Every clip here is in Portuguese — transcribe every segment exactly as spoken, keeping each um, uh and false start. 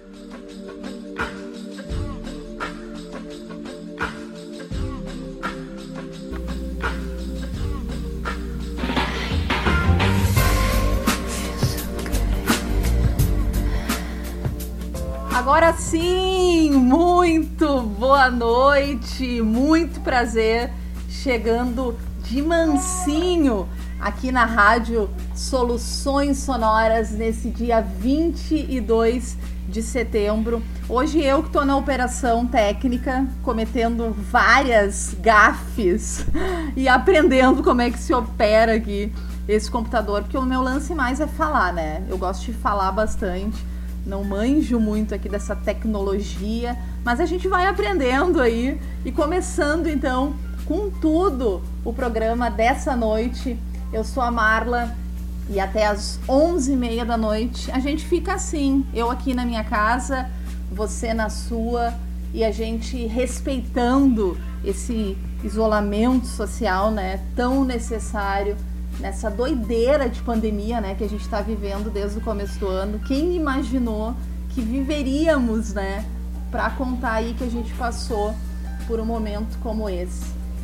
Agora sim, muito boa noite, muito prazer, chegando de mansinho aqui na Rádio Soluções Sonoras nesse dia vinte e dois de setembro. Hoje eu que estou na operação técnica, cometendo várias gafes e aprendendo como é que se opera aqui esse computador, porque o meu lance mais é falar, né? Eu gosto de falar bastante. Não manjo muito aqui dessa tecnologia, mas a gente vai aprendendo aí e começando então com tudo o programa dessa noite. Eu sou a Marla e até às onze e meia da noite a gente fica assim, eu aqui na minha casa, você na sua, e a gente respeitando esse isolamento social, né, tão necessário nessa doideira de pandemia, né, que a gente está vivendo desde o começo do ano. Quem imaginou que viveríamos, né, para contar aí que a gente passou por um momento como esse.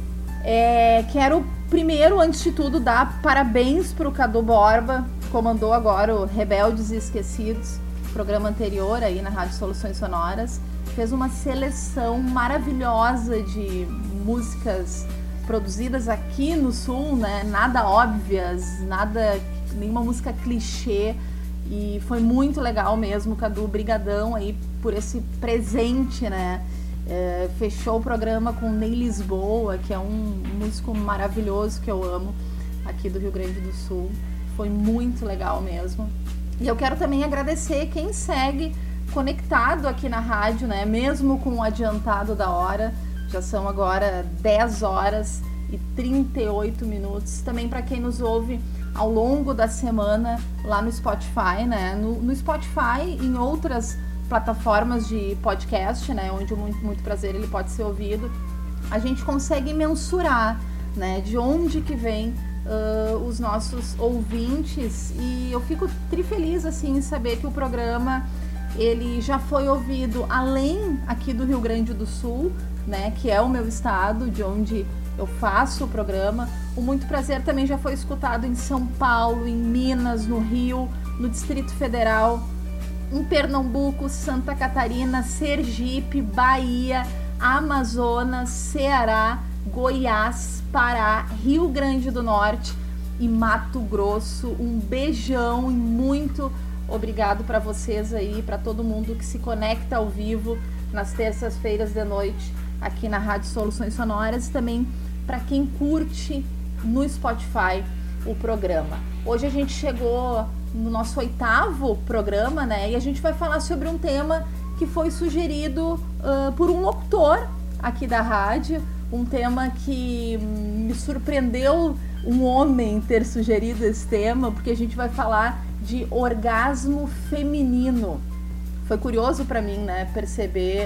É, quero primeiro, antes de tudo, dar parabéns para o Cadu Borba, que comandou agora o Rebeldes e Esquecidos, programa anterior aí na Rádio Soluções Sonoras. Fez uma seleção maravilhosa de músicas produzidas aqui no Sul, né? Nada óbvias, nada, nenhuma música clichê, e foi muito legal mesmo, Cadu, brigadão aí por esse presente, né? É, fechou o programa com Ney Lisboa, que é um músico maravilhoso que eu amo, aqui do Rio Grande do Sul. Foi muito legal mesmo. E eu quero também agradecer quem segue conectado aqui na rádio, né? Mesmo com o adiantado da hora. Já são agora dez horas e trinta e oito minutos. Também para quem nos ouve ao longo da semana lá no Spotify, né? No, no Spotify e em outras plataformas de podcast, né? Onde o muito, muito prazer ele pode ser ouvido. A gente consegue mensurar, né? De onde que vem uh, os nossos ouvintes. E eu fico trifeliz assim em saber que o programa ele já foi ouvido além aqui do Rio Grande do Sul, né, que é o meu estado, de onde eu faço o programa. O Muito Prazer também já foi escutado em São Paulo, em Minas, no Rio, no Distrito Federal, em Pernambuco, Santa Catarina, Sergipe, Bahia, Amazonas, Ceará, Goiás, Pará, Rio Grande do Norte e Mato Grosso. Um beijão e muito obrigado para vocês aí, para todo mundo que se conecta ao vivo nas terças-feiras de noite aqui na Rádio Soluções Sonoras, e também para quem curte no Spotify o programa. Hoje a gente chegou no nosso oitavo programa, né? E a gente vai falar sobre um tema que foi sugerido uh, por um locutor aqui da rádio, um tema que me surpreendeu um homem ter sugerido esse tema, porque a gente vai falar de orgasmo feminino. Foi curioso para mim, né, perceber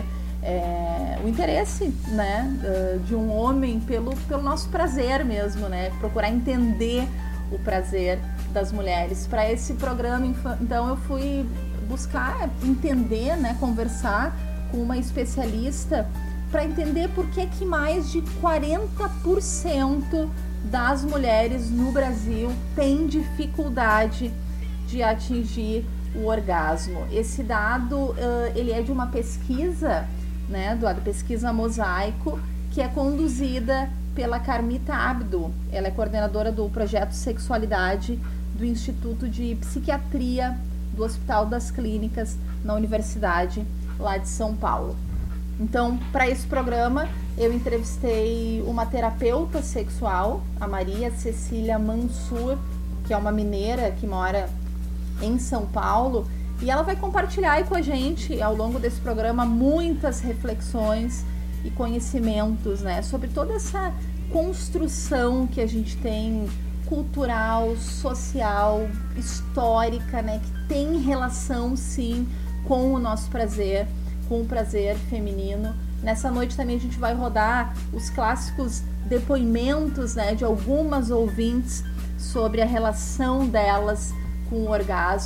É, o interesse, né, de um homem pelo, pelo nosso prazer mesmo, né, procurar entender o prazer das mulheres. Para esse programa, então, eu fui buscar entender, né, conversar com uma especialista para entender por que que mais de quarenta por cento das mulheres no Brasil têm dificuldade de atingir o orgasmo. Esse dado, uh, ele é de uma pesquisa, né, do, da pesquisa Mosaico, que é conduzida pela Carmita Abdo. Ela é coordenadora do projeto Sexualidade do Instituto de Psiquiatria do Hospital das Clínicas na Universidade lá de São Paulo. Então, para esse programa, eu entrevistei uma terapeuta sexual, a Maria Cecília Mansur, que é uma mineira que mora em São Paulo, e ela vai compartilhar aí com a gente, ao longo desse programa, muitas reflexões e conhecimentos, né, sobre toda essa construção que a gente tem, cultural, social, histórica, né, que tem relação, sim, com o nosso prazer, com o prazer feminino. Nessa noite também a gente vai rodar os clássicos depoimentos, né, de algumas ouvintes sobre a relação delas com o orgasmo.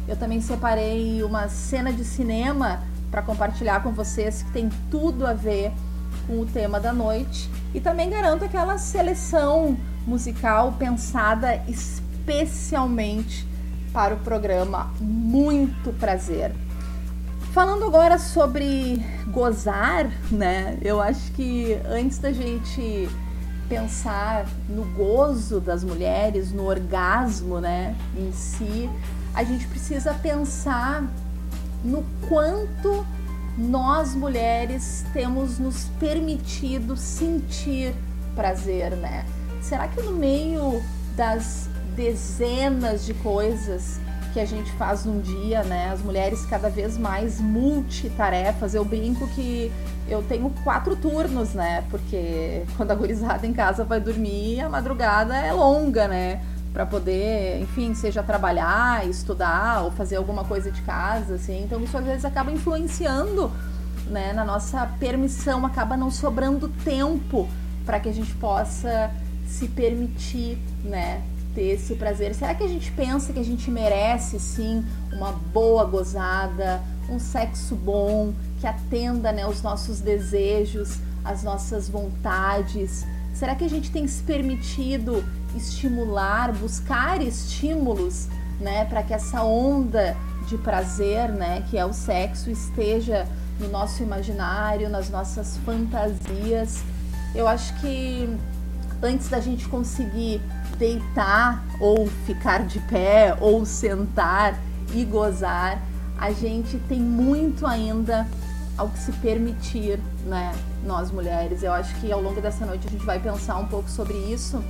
eu também separei uma cena de cinema para compartilhar com vocês que tem tudo a ver com o tema da noite. E também garanto aquela seleção musical pensada especialmente para o programa Muito Prazer. Falando agora sobre gozar, né? Eu acho que antes da gente pensar no gozo das mulheres, no orgasmo, né, em si, a gente precisa pensar no quanto nós mulheres temos nos permitido sentir prazer, né? Será que no meio das dezenas de coisas que a gente faz num dia, né? As mulheres cada vez mais multitarefas. Eu brinco que eu tenho quatro turnos, né? Porque quando a gurizada em casa vai dormir, a madrugada é longa, né? Para poder, enfim, seja trabalhar, estudar ou fazer alguma coisa de casa, assim. Então isso às vezes acaba influenciando, né, na nossa permissão, acaba não sobrando tempo para que a gente possa se permitir, né, ter esse prazer. Será que a gente pensa que a gente merece, sim, uma boa gozada, um sexo bom, que atenda, né, os nossos desejos, as nossas vontades? Será que a gente tem se permitido estimular, buscar estímulos, né, para que essa onda de prazer, né, que é o sexo, esteja no nosso imaginário, nas nossas fantasias? Eu acho que antes da gente conseguir deitar ou ficar de pé ou sentar e gozar, a gente tem muito ainda ao que se permitir, né, nós mulheres. Eu acho que ao longo dessa noite a gente vai pensar um pouco sobre isso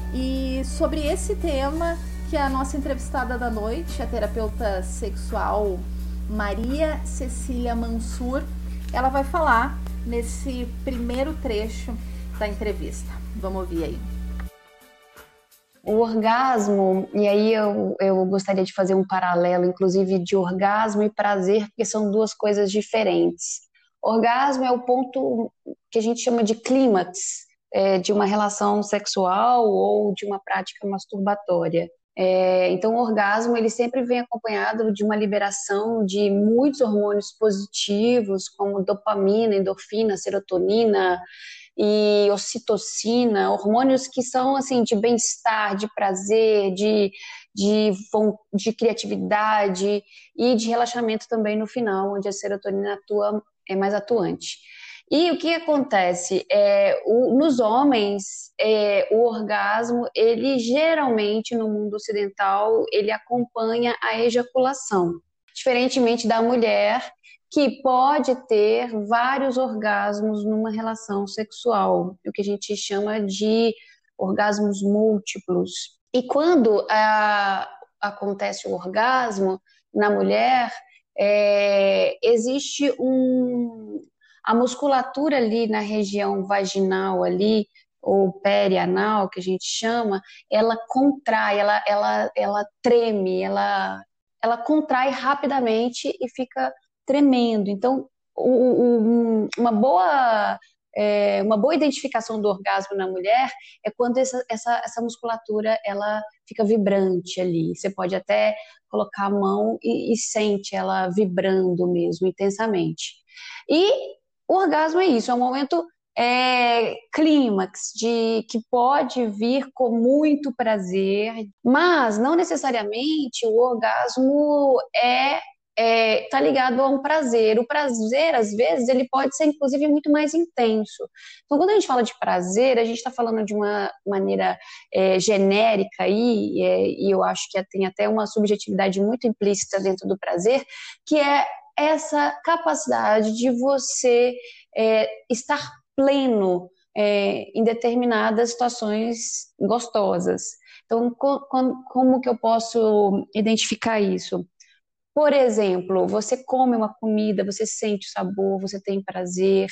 e sobre esse tema que a nossa entrevistada da noite, a terapeuta sexual Maria Cecília Mansur, ela vai falar nesse primeiro trecho da entrevista. Vamos ouvir aí. O orgasmo, e aí eu, eu gostaria de fazer um paralelo, inclusive, de orgasmo e prazer, porque são duas coisas diferentes. Orgasmo é o ponto que a gente chama de clímax, é, de uma relação sexual ou de uma prática masturbatória. É, então, o orgasmo ele sempre vem acompanhado de uma liberação de muitos hormônios positivos, como dopamina, endorfina, serotonina e ocitocina, hormônios que são assim de bem-estar, de prazer, de, de, de criatividade e de relaxamento também no final, onde a serotonina atua, é mais atuante. E o que acontece? É, o, nos homens, é, o orgasmo, ele geralmente no mundo ocidental, ele acompanha a ejaculação, diferentemente da mulher, que pode ter vários orgasmos numa relação sexual, o que a gente chama de orgasmos múltiplos. E quando a, acontece o orgasmo na mulher, é, existe um, a musculatura ali na região vaginal ali, ou perianal, que a gente chama, ela contrai, ela, ela, ela treme, ela, ela contrai rapidamente e fica tremendo. Então, o, o, uma boa é, uma boa identificação do orgasmo na mulher é quando essa, essa, essa musculatura ela fica vibrante ali. Você pode até colocar a mão e, e sente ela vibrando mesmo, intensamente. E o orgasmo é isso, é um momento é, clímax, de, que pode vir com muito prazer, mas não necessariamente o orgasmo é está é, ligado a um prazer. O prazer, às vezes, ele pode ser, inclusive, muito mais intenso. Então, quando a gente fala de prazer, a gente está falando de uma maneira é, genérica aí, é, e eu acho que tem até uma subjetividade muito implícita dentro do prazer, que é essa capacidade de você é, estar pleno é, em determinadas situações gostosas. Então, co- como que eu posso identificar isso? Por exemplo, você come uma comida, você sente o sabor, você tem prazer,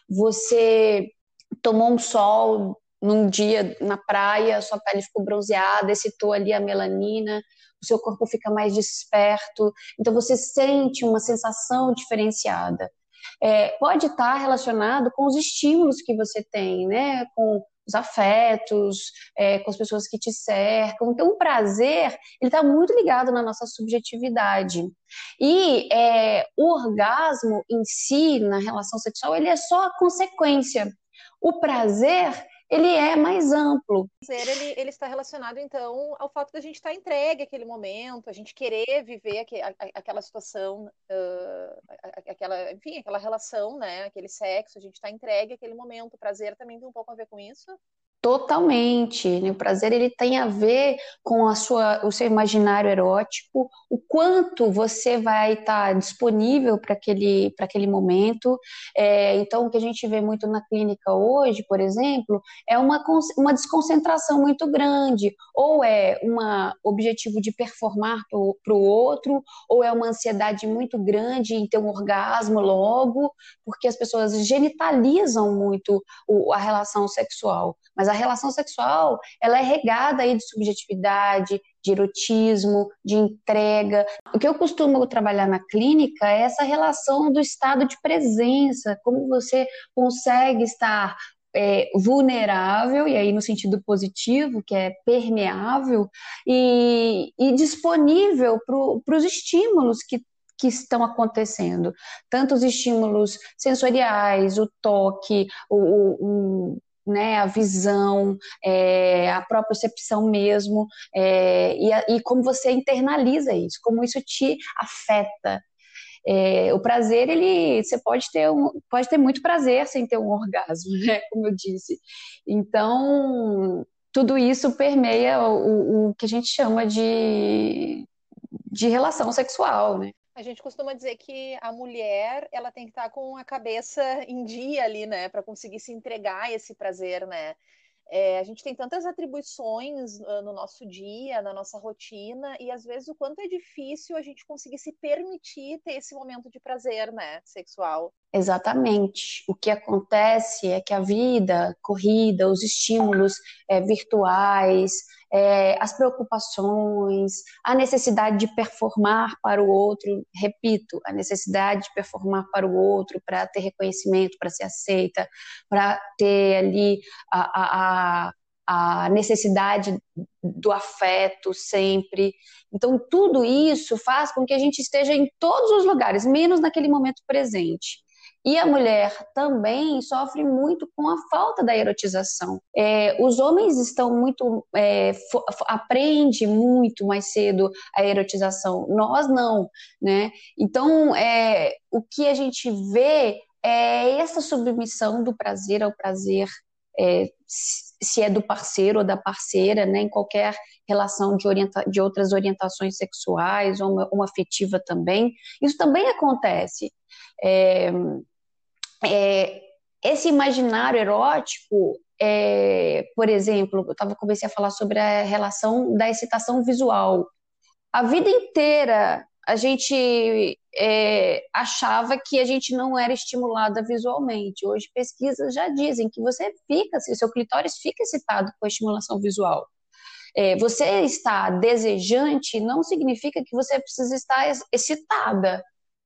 você tomou um sol num dia na praia, sua pele ficou bronzeada, excitou ali a melanina, o seu corpo fica mais desperto, então você sente uma sensação diferenciada. É, pode estar relacionado com os estímulos que você tem, né? Com os afetos, é, com as pessoas que te cercam. Então, o prazer, ele está muito ligado na nossa subjetividade. E é, o orgasmo em si, na relação sexual, ele é só a consequência. O prazer, ele é mais amplo. O prazer, ele, ele está relacionado, então, ao fato da gente estar entregue àquele momento, a gente querer viver aqu, a, aquela situação, uh, aquela, enfim, aquela relação, né, aquele sexo, a gente está entregue àquele momento. O prazer também tem um pouco a ver com isso? Totalmente, né? O prazer, ele tem a ver com a sua, o seu imaginário erótico, o quanto você vai estar disponível para aquele, para aquele momento. É, então, o que a gente vê muito na clínica hoje, por exemplo, é uma, uma desconcentração muito grande, ou é um objetivo de performar para o outro, ou é uma ansiedade muito grande em ter um orgasmo logo, porque as pessoas genitalizam muito o, a relação sexual. Mas a relação sexual, ela é regada aí de subjetividade, de erotismo, de entrega. O que eu costumo trabalhar na clínica é essa relação do estado de presença, como você consegue estar é, vulnerável, e aí no sentido positivo, que é permeável, e, e disponível para os estímulos que que estão acontecendo, tanto os estímulos sensoriais, o toque, o, o, o né, a visão, é, a propriocepção mesmo, é, e, a, e como você internaliza isso, como isso te afeta. É, o prazer, ele, você pode ter, um, pode ter muito prazer sem ter um orgasmo, né, como eu disse. Então, tudo isso permeia o, o que a gente chama de, de relação sexual, né? A gente costuma dizer que a mulher, ela tem que estar com a cabeça em dia ali, né, para conseguir se entregar a esse prazer, né? É, a gente tem tantas atribuições uh, no nosso dia, na nossa rotina, e às vezes o quanto é difícil a gente conseguir se permitir ter esse momento de prazer, né, sexual. Exatamente. O que acontece é que a vida, a corrida, os estímulos é, virtuais, é, as preocupações, a necessidade de performar para o outro, repito, a necessidade de performar para o outro, para ter reconhecimento, para ser aceita, para ter ali a, a, a necessidade do afeto sempre. Então, tudo isso faz com que a gente esteja em todos os lugares, menos naquele momento presente. E a mulher também sofre muito com a falta da erotização. É, os homens estão muito... É, aprendem muito mais cedo a erotização. Nós não, né? Então, é, o que a gente vê é essa submissão do prazer ao prazer, é, se é do parceiro ou da parceira, né? Em qualquer relação de, orienta- de outras orientações sexuais, ou uma, uma afetiva também. Isso também acontece. É, é, esse imaginário erótico, é, por exemplo, eu tava, comecei a falar sobre a relação da excitação visual. A vida inteira a gente é, achava que a gente não era estimulada visualmente. Hoje pesquisas já dizem que você fica, o seu clitóris fica excitado com a estimulação visual. É, você está desejante não significa que você precisa estar excitada.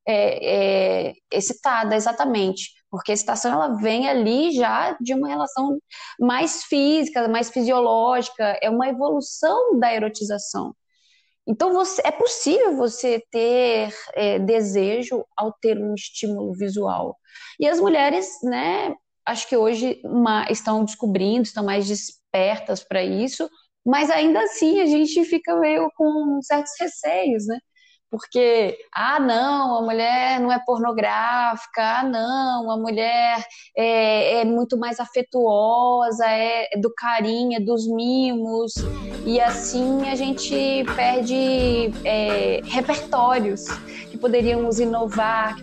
É, é, excitada, exatamente, porque a excitação ela vem ali já de uma relação mais física, mais fisiológica, é uma evolução da erotização. Então você, é possível você ter é, desejo ao ter um estímulo visual. E as mulheres, né, acho que hoje uma, estão descobrindo, estão mais despertas para isso, mas ainda assim a gente fica meio com certos receios, né? Porque, ah, não, a mulher não é pornográfica, ah, não, a mulher é, é muito mais afetuosa, é, é do carinho, é dos mimos, e assim a gente perde é, repertórios que poderíamos inovar.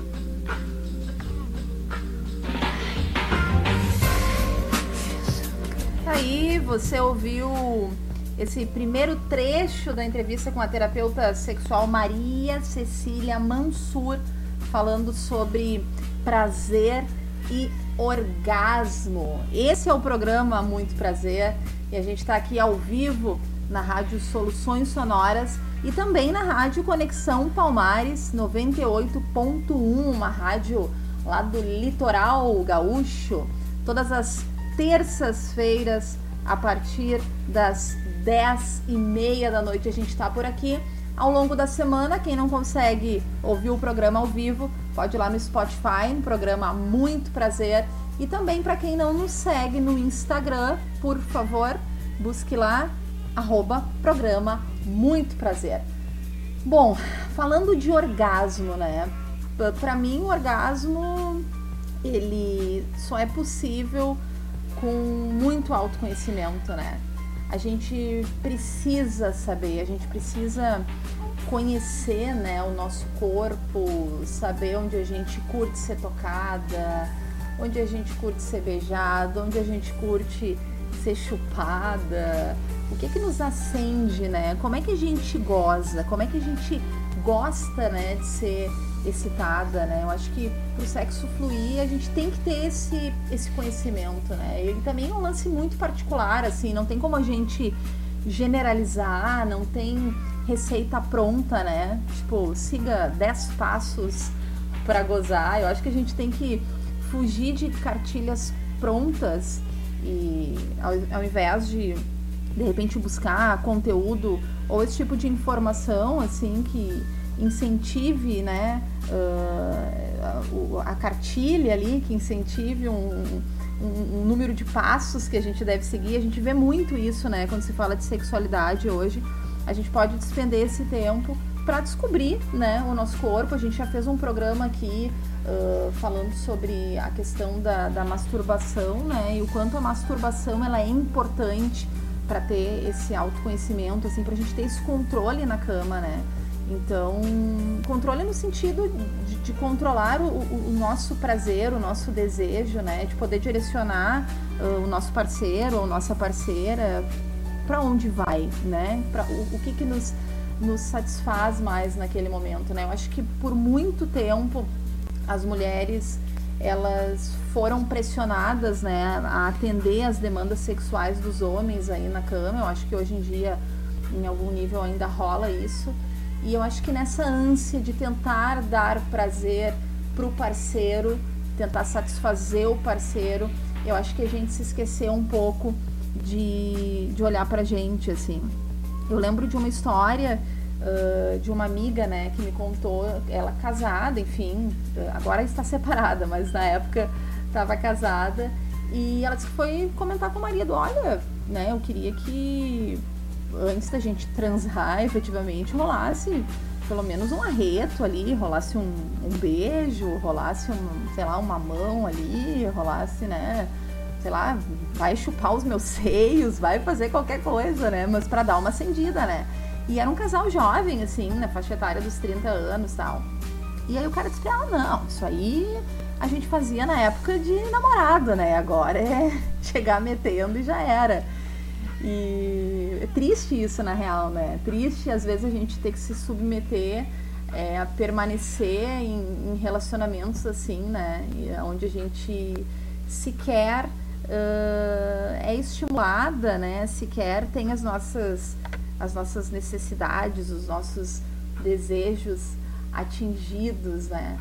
Aí você ouviu esse primeiro trecho da entrevista com a terapeuta sexual Maria Cecília Mansur, falando sobre prazer e orgasmo. Esse é o programa Muito Prazer, e a gente está aqui ao vivo na Rádio Soluções Sonoras e também na Rádio Conexão Palmares noventa e oito ponto um, uma rádio lá do litoral gaúcho, todas as terças-feiras, a partir das dez e meia da noite, a gente está por aqui. Ao longo da semana, quem não consegue ouvir o programa ao vivo, pode ir lá no Spotify, no programa Muito Prazer. E também para quem não nos segue no Instagram, por favor, busque lá, arroba programa Muito Prazer. Bom, falando de orgasmo, né? Para mim, o orgasmo, ele só é possível com muito autoconhecimento, né? A gente precisa saber, a gente precisa conhecer, né, o nosso corpo, saber onde a gente curte ser tocada, onde a gente curte ser beijada, onde a gente curte ser chupada, o que que nos acende, né? Como é que a gente goza, como é que a gente gosta, né, de ser excitada, né? Eu acho que pro sexo fluir a gente tem que ter esse, esse conhecimento, né? E também é um lance muito particular, assim, não tem como a gente generalizar, não tem receita pronta, né? Tipo, siga dez passos para gozar. Eu acho que a gente tem que fugir de cartilhas prontas e ao, ao invés de de repente buscar conteúdo ou esse tipo de informação, assim, que incentive, né, uh, a cartilha ali, que incentive um, um, um número de passos que a gente deve seguir. A gente vê muito isso, né, quando se fala de sexualidade hoje. A gente pode despender esse tempo para descobrir, né, o nosso corpo. A gente já fez um programa aqui uh, falando sobre a questão da, da masturbação, né, e o quanto a masturbação ela é importante para ter esse autoconhecimento, assim, pra gente ter esse controle na cama, né? Então, controle no sentido de, de controlar o, o, o nosso prazer, o nosso desejo, né? De poder direcionar uh, o nosso parceiro ou nossa parceira para onde vai, né? Pra, o, o que que nos, nos satisfaz mais naquele momento, né? Eu acho que por muito tempo as mulheres elas foram pressionadas, né, a atender as demandas sexuais dos homens aí na cama. Eu acho que hoje em dia, em algum nível, ainda rola isso. E eu acho que nessa ânsia de tentar dar prazer pro parceiro, tentar satisfazer o parceiro, eu acho que a gente se esqueceu um pouco de, de olhar pra gente, assim. Eu lembro de uma história Uh, de uma amiga, né, que me contou, ela casada, enfim, agora está separada, mas na época estava casada, e ela disse que foi comentar com o marido, olha, né, eu queria que antes da gente transar, efetivamente, rolasse pelo menos um arreto ali, rolasse um, um beijo, rolasse um, sei lá, uma mão ali, rolasse, né, sei lá, vai chupar os meus seios, vai fazer qualquer coisa, né, mas para dar uma acendida, né. E era um casal jovem, assim, na faixa etária dos trinta anos e tal. E aí o cara disse, ah, não, isso aí a gente fazia na época de namorado, né? Agora é chegar metendo e já era. E é triste isso, na real, né? Triste, às vezes, a gente ter que se submeter é, a permanecer em, em relacionamentos, assim, né? Onde a gente sequer uh, é estimulada, né? Sequer tem as nossas... as nossas necessidades, os nossos desejos atingidos, né?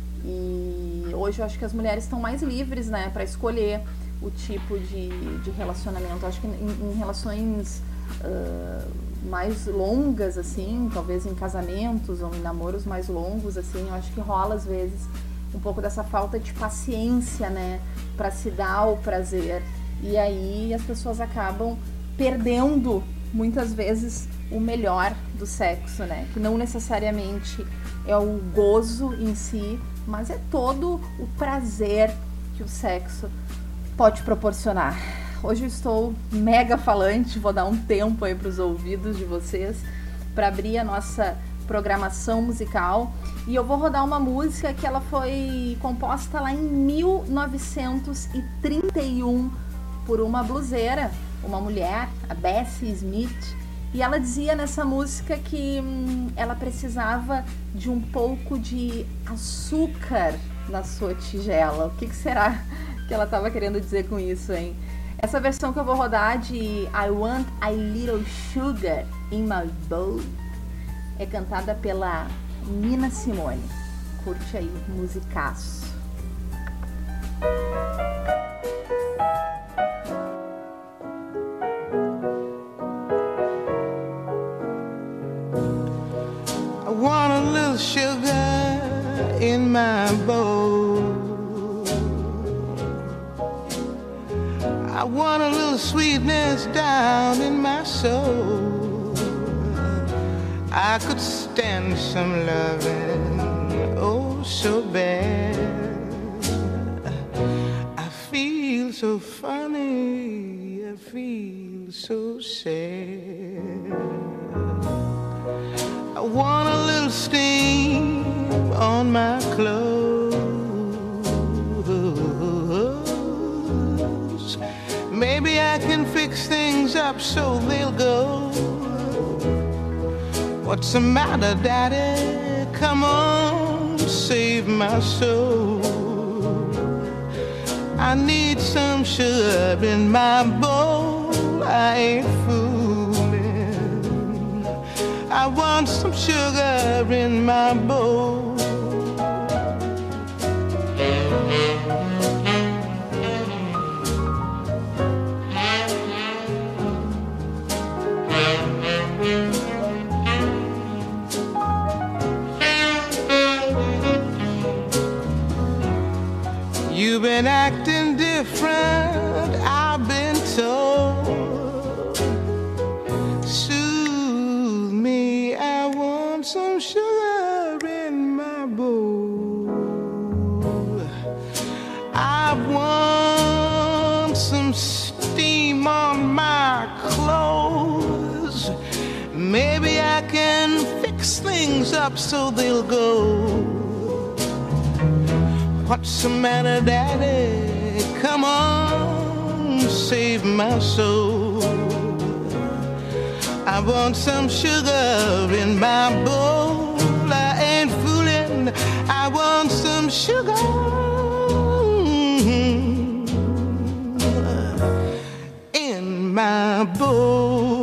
E hoje eu acho que as mulheres estão mais livres, né, para escolher o tipo de, de relacionamento. Eu acho que em, em relações uh, mais longas, assim, talvez em casamentos ou em namoros mais longos, assim, eu acho que rola às vezes um pouco dessa falta de paciência, né, para se dar o prazer. E aí as pessoas acabam perdendo muitas vezes o melhor do sexo, né? Que não necessariamente é o gozo em si, mas é todo o prazer que o sexo pode proporcionar. Hoje eu estou mega falante, vou dar um tempo aí para os ouvidos de vocês para abrir a nossa programação musical, e eu vou rodar uma música que ela foi composta lá em mil novecentos e trinta e um por uma bluseira, uma mulher, a Bessie Smith, e ela dizia nessa música que hum, ela precisava de um pouco de açúcar na sua tigela. O que, que será que ela estava querendo dizer com isso, hein? Essa versão que eu vou rodar de I Want a Little Sugar in My Bowl é cantada pela Nina Simone. Curte aí, musicaço. sugar in my bowl. I want a little sweetness down in my soul. I could stand some loving, oh so bad. I feel so funny, I feel so sad. I want a little steam on my clothes. Maybe I can fix things up so they'll go. What's the matter, Daddy? Come on, save my soul. I need some sugar in my bowl. I ain't fooling. I want some sugar in my bowl. You've been acting different, I've been told. Soothe me, I want some sugar in my bowl. I want some steam on my clothes. Maybe I can fix things up so they'll go. What's the matter, Daddy? Come on, save my soul. I want some sugar in my bowl. I ain't fooling. I want some sugar in my bowl.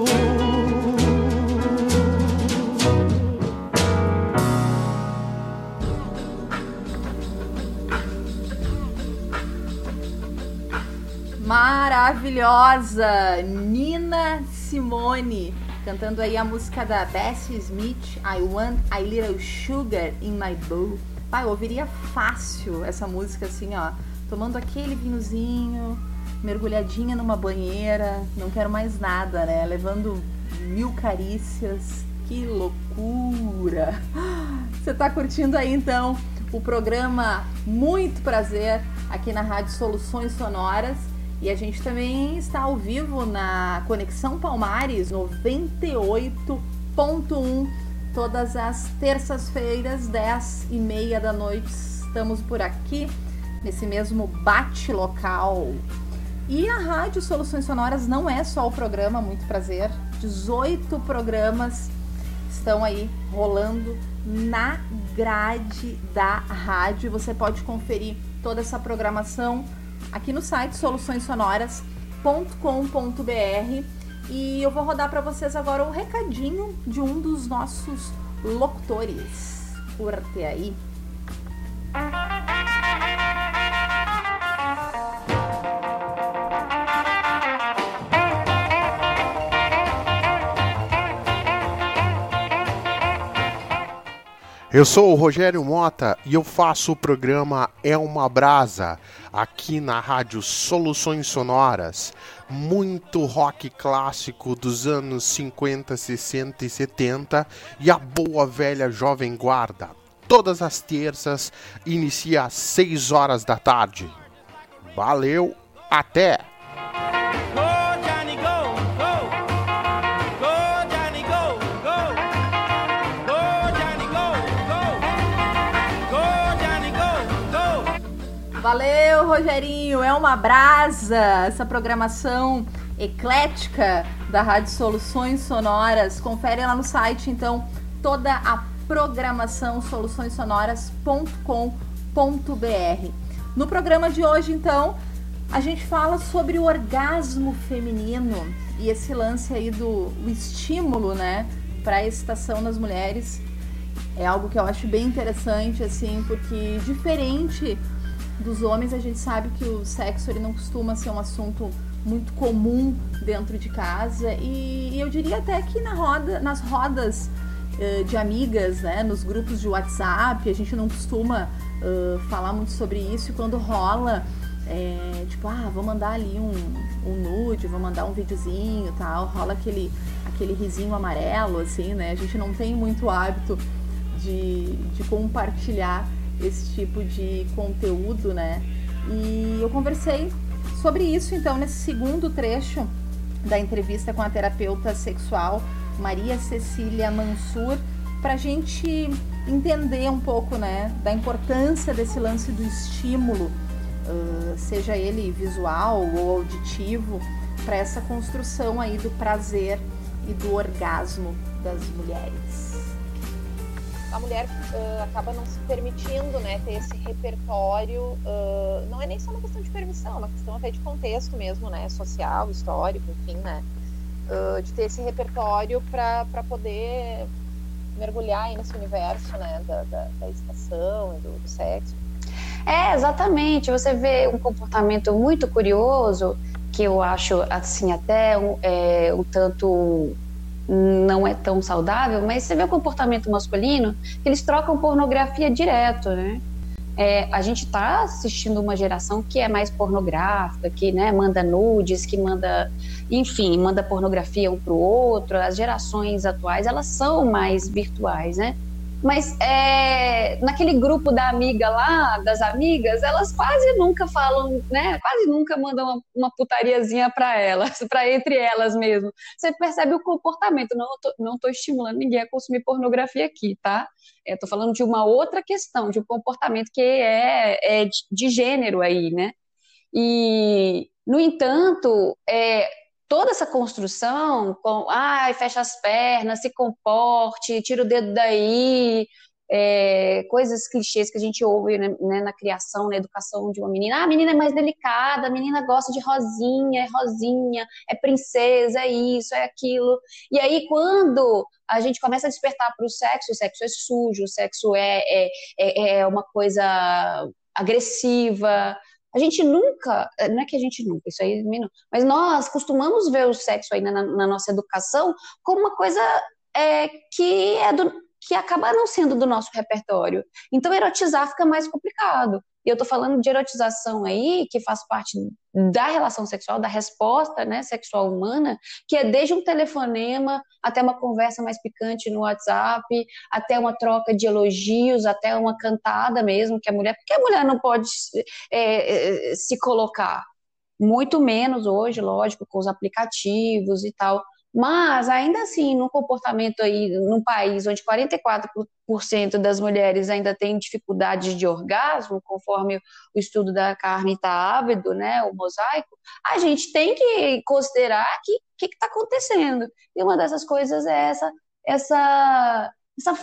Maravilhosa Nina Simone cantando aí a música da Bessie Smith, I Want a Little Sugar in My Bowl. Pai, eu ouviria fácil essa música assim, ó, tomando aquele vinhozinho, mergulhadinha numa banheira, não quero mais nada, né, levando mil carícias. Que loucura! Você tá curtindo aí então o programa Muito Prazer aqui na Rádio Soluções Sonoras. E a gente também está ao vivo na Conexão Palmares noventa e oito ponto um, todas as terças-feiras, dez e meia da noite. Estamos por aqui, nesse mesmo bate-local. E a Rádio Soluções Sonoras não é só o programa Muito Prazer, dezoito programas estão aí rolando na grade da rádio. Você pode conferir toda essa programação aqui no site soluções sonoras ponto com ponto b r. E eu vou rodar para vocês agora o recadinho de um dos nossos locutores. Curte aí. Eu sou o Rogério Mota e eu faço o programa É Uma Brasa, aqui na Rádio Soluções Sonoras. Muito rock clássico dos anos cinquenta, sessenta e setenta e a boa velha Jovem Guarda. Todas as terças, inicia às seis horas da tarde. Valeu, até! Valeu, Rogerinho, é uma brasa essa programação eclética da Rádio Soluções Sonoras. Confere lá no site, então, toda a programação soluções sonoras ponto com ponto b r. No programa de hoje, então, a gente fala sobre o orgasmo feminino e esse lance aí do o estímulo, né, para a excitação das mulheres. É algo que eu acho bem interessante, assim, porque diferente dos homens, a gente sabe que o sexo ele não costuma ser um assunto muito comum dentro de casa e, e eu diria até que na roda, nas rodas uh, de amigas, né, nos grupos de WhatsApp, a gente não costuma uh, falar muito sobre isso, e quando rola, é, tipo, ah, vou mandar ali um, um nude, vou mandar um videozinho e tal, rola aquele, aquele risinho amarelo, assim, né, a gente não tem muito hábito de, de compartilhar esse tipo de conteúdo, né, e eu conversei sobre isso, então, nesse segundo trecho da entrevista com a terapeuta sexual Maria Cecília Mansur, para a gente entender um pouco, né, da importância desse lance do estímulo, uh, seja ele visual ou auditivo, para essa construção aí do prazer e do orgasmo das mulheres. A mulher uh, acaba não se permitindo, né, ter esse repertório, uh, não é nem só uma questão de permissão, é uma questão até de contexto mesmo, né, social, histórico, enfim, né, uh, de ter esse repertório para poder mergulhar aí nesse universo, né, da, da, da excitação e do, do sexo. É, exatamente, você vê um comportamento muito curioso, que eu acho, assim, até um, é, um tanto... não é tão saudável, mas você vê o comportamento masculino, que eles trocam pornografia direto, né? É, a gente está assistindo uma geração que é mais pornográfica, que, né, manda nudes, que manda, enfim, manda pornografia um para o outro. As gerações atuais, elas são mais virtuais, né? Mas é, naquele grupo da amiga lá, das amigas, elas quase nunca falam, né? Quase nunca mandam uma, uma putariazinha para elas, para entre elas mesmo. Você percebe o comportamento. Não tô, não tô estimulando ninguém a consumir pornografia aqui, tá? É, tô falando de uma outra questão, de um comportamento que é, é de, de gênero aí, né? E, no entanto, é, toda essa construção, com, ai, fecha as pernas, se comporte, tira o dedo daí, é, coisas clichês que a gente ouve, né, na criação, na educação de uma menina. Ah, a menina é mais delicada, a menina gosta de rosinha, é rosinha, é princesa, é isso, é aquilo. E aí, quando a gente começa a despertar para o sexo, o sexo é sujo, o sexo é, é, é, é uma coisa agressiva. A gente nunca, não é que a gente nunca, isso aí não, mas nós costumamos ver o sexo aí na, na nossa educação como uma coisa é, que, é do, que acaba não sendo do nosso repertório. Então, erotizar fica mais complicado. E eu tô falando de erotização aí, que faz parte da relação sexual, da resposta, né, sexual humana, que é desde um telefonema até uma conversa mais picante no WhatsApp, até uma troca de elogios, até uma cantada mesmo, que a mulher, porque a mulher não pode é, se colocar, muito menos hoje, lógico, com os aplicativos e tal. Mas, ainda assim, num comportamento aí, num país onde quarenta e quatro por cento das mulheres ainda têm dificuldade de orgasmo, conforme o estudo da Carmen Ábido, né, o mosaico, a gente tem que considerar que o que está acontecendo. E uma dessas coisas é essa, essa, essa,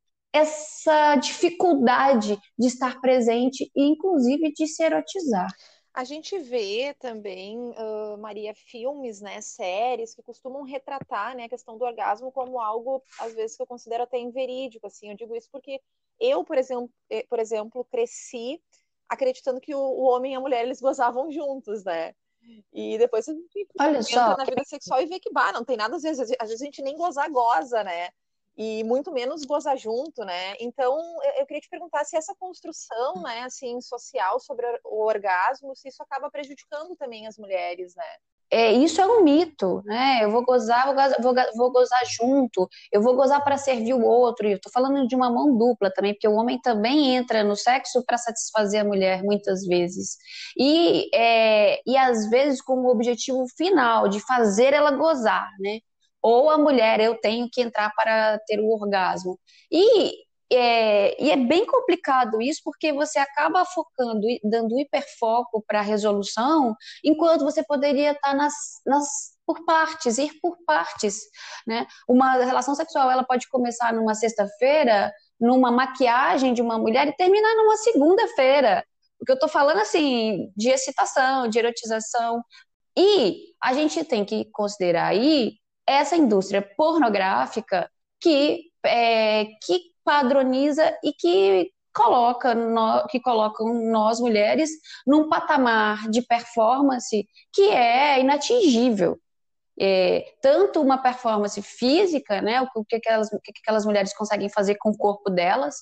essa dificuldade de estar presente e, inclusive, de se erotizar. A gente vê também, uh, Maria, filmes, né, séries que costumam retratar, né, a questão do orgasmo como algo, às vezes, que eu considero até inverídico, assim. Eu digo isso porque eu, por exemplo, por exemplo cresci acreditando que o, o homem e a mulher, eles gozavam juntos, né? E depois a gente Olha entra só. na vida sexual e vê que, bah, não tem nada, às vezes, às vezes a gente nem gozar goza, né? E muito menos gozar junto, né? Então, eu queria te perguntar se essa construção, né, assim, social sobre o orgasmo, se isso acaba prejudicando também as mulheres, né? É, isso é um mito, né? Eu vou gozar, vou gozar, vou, vou gozar junto, eu vou gozar para servir o outro. E eu tô falando de uma mão dupla também, porque o homem também entra no sexo para satisfazer a mulher muitas vezes. E, é, e às vezes com o objetivo final de fazer ela gozar, né? Ou a mulher, eu tenho que entrar para ter o orgasmo. E é, e é bem complicado isso, porque você acaba focando, dando hiperfoco para a resolução, enquanto você poderia estar nas, nas, por partes, ir por partes, né? Uma relação sexual, ela pode começar numa sexta-feira, numa maquiagem de uma mulher, e terminar numa segunda-feira. Porque eu estou falando, assim, de excitação, de erotização. E a gente tem que considerar aí essa indústria pornográfica que, é, que padroniza e que coloca, no, que colocam nós mulheres num patamar de performance que é inatingível. É, tanto uma performance física, né, o que aquelas, o que aquelas mulheres conseguem fazer com o corpo delas,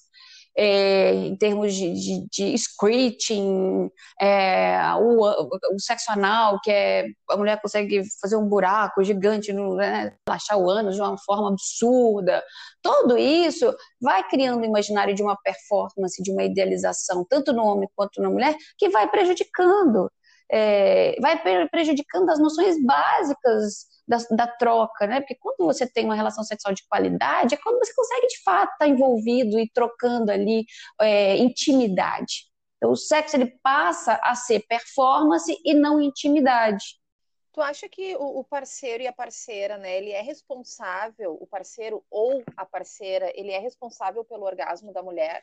é, em termos de, de, de screeching, é, o, o sexo anal, que é, a mulher consegue fazer um buraco gigante, no, né, relaxar o ânus de uma forma absurda. Tudo isso vai criando o imaginário de uma performance, de uma idealização, tanto no homem quanto na mulher, que vai prejudicando. É, vai prejudicando as noções básicas da, da troca, né? Porque quando você tem uma relação sexual de qualidade, é quando você consegue de fato estar envolvido e trocando ali é, intimidade. Então, o sexo ele passa a ser performance e não intimidade. Tu acha que o parceiro e a parceira, né, ele é responsável, o parceiro ou a parceira, ele é responsável pelo orgasmo da mulher?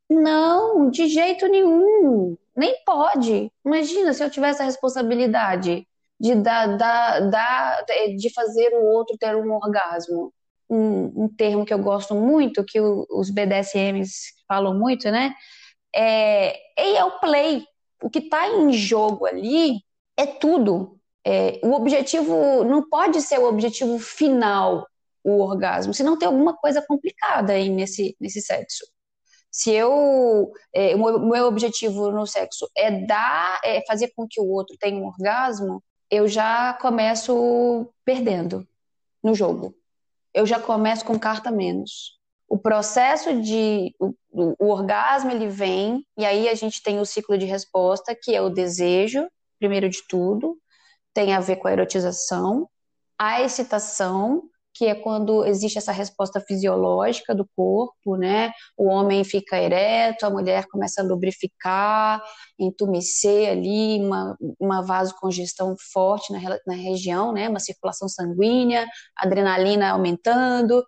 Não, de jeito nenhum. Nem pode. Imagina se eu tivesse a responsabilidade de, dar, dar, dar, de fazer o outro ter um orgasmo. Um, um termo que eu gosto muito, que o, os B D S Ms falam muito, né? É, é o play. O que está em jogo ali é tudo. É, o objetivo não pode ser o objetivo final, o orgasmo, senão tem alguma coisa complicada aí nesse, nesse sexo. Se eu, é, o meu objetivo no sexo é dar, é fazer com que o outro tenha um orgasmo, eu já começo perdendo no jogo. Eu já começo com carta menos. O processo de, o, o, o orgasmo ele vem, e aí a gente tem o ciclo de resposta, que é o desejo, primeiro de tudo, tem a ver com a erotização, a excitação, que é quando existe essa resposta fisiológica do corpo, né? O homem fica ereto, a mulher começa a lubrificar, entumecer ali, uma, uma vasocongestão forte na, na região, né? Uma circulação sanguínea, adrenalina aumentando.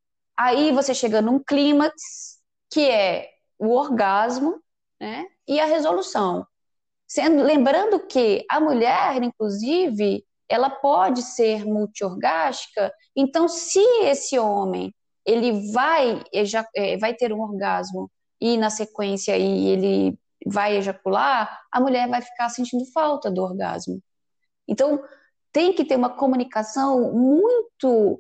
Aí você chega num clímax, que é o orgasmo, né? E a resolução. Sendo, lembrando que a mulher, inclusive, ela pode ser multiorgástica, então se esse homem ele vai, vai ter um orgasmo e na sequência ele vai ejacular, a mulher vai ficar sentindo falta do orgasmo. Então tem que ter uma comunicação muito,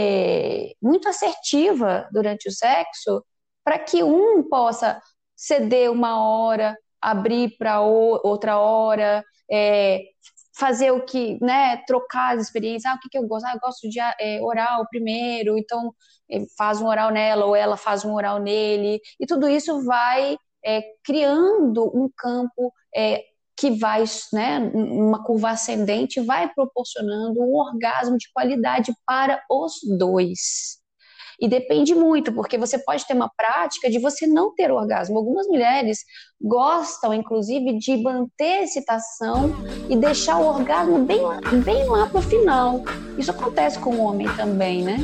é, muito assertiva durante o sexo para que um possa ceder uma hora, abrir para outra hora, é, fazer o que, né, trocar as experiências, ah, o que, que eu gosto? Ah, eu gosto de é, oral primeiro, então faz um oral nela, ou ela faz um oral nele, e tudo isso vai é, criando um campo é, que vai, né, uma curva ascendente, vai proporcionando um orgasmo de qualidade para os dois. E depende muito, porque você pode ter uma prática de você não ter orgasmo. Algumas mulheres gostam, inclusive, de manter a excitação e deixar o orgasmo bem lá, bem lá pro final. Isso acontece com o homem também, né?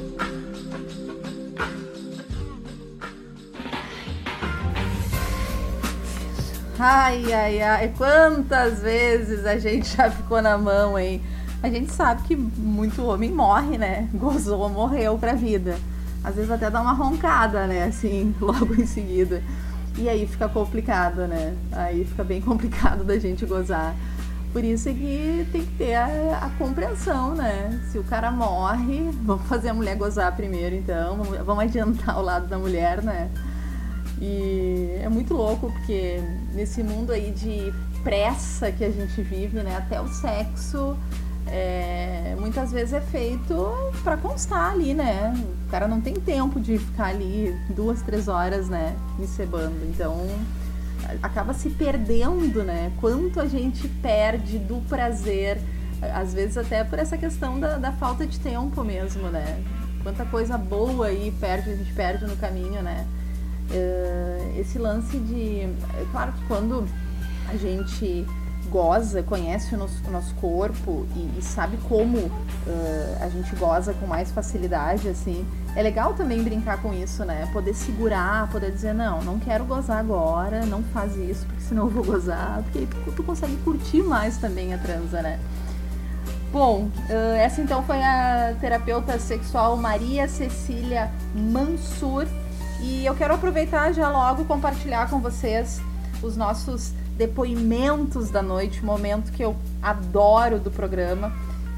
Ai, ai, ai, quantas vezes a gente já ficou na mão, hein? A gente sabe que muito homem morre, né? Gozou, morreu pra vida. Às vezes até dá uma roncada, né? Assim, logo em seguida. E aí fica complicado, né? Aí fica bem complicado da gente gozar. Por isso é que tem que ter a, a compreensão, né? Se o cara morre, vamos fazer a mulher gozar primeiro, então. Vamos, vamos adiantar o lado da mulher, né? E é muito louco, porque nesse mundo aí de pressa que a gente vive, né? Até o sexo... É, muitas vezes é feito para constar ali, né? O cara não tem tempo de ficar ali duas, três horas, né? Encebando. Então, acaba se perdendo, né? Quanto a gente perde do prazer, às vezes até por essa questão da, da falta de tempo mesmo, né? Quanta coisa boa aí perde, a gente perde no caminho, né? É, esse lance de... É claro que quando a gente... goza, conhece o nosso, o nosso corpo e, e sabe como uh, a gente goza com mais facilidade, assim, é legal também brincar com isso, né? Poder segurar, poder dizer, não, não quero gozar agora, não faz isso, porque senão eu vou gozar, porque aí tu, tu consegue curtir mais também a transa, né? Bom, uh, essa então foi a terapeuta sexual Maria Cecília Mansur, e eu quero aproveitar já logo compartilhar com vocês os nossos depoimentos da noite, momento que eu adoro do programa,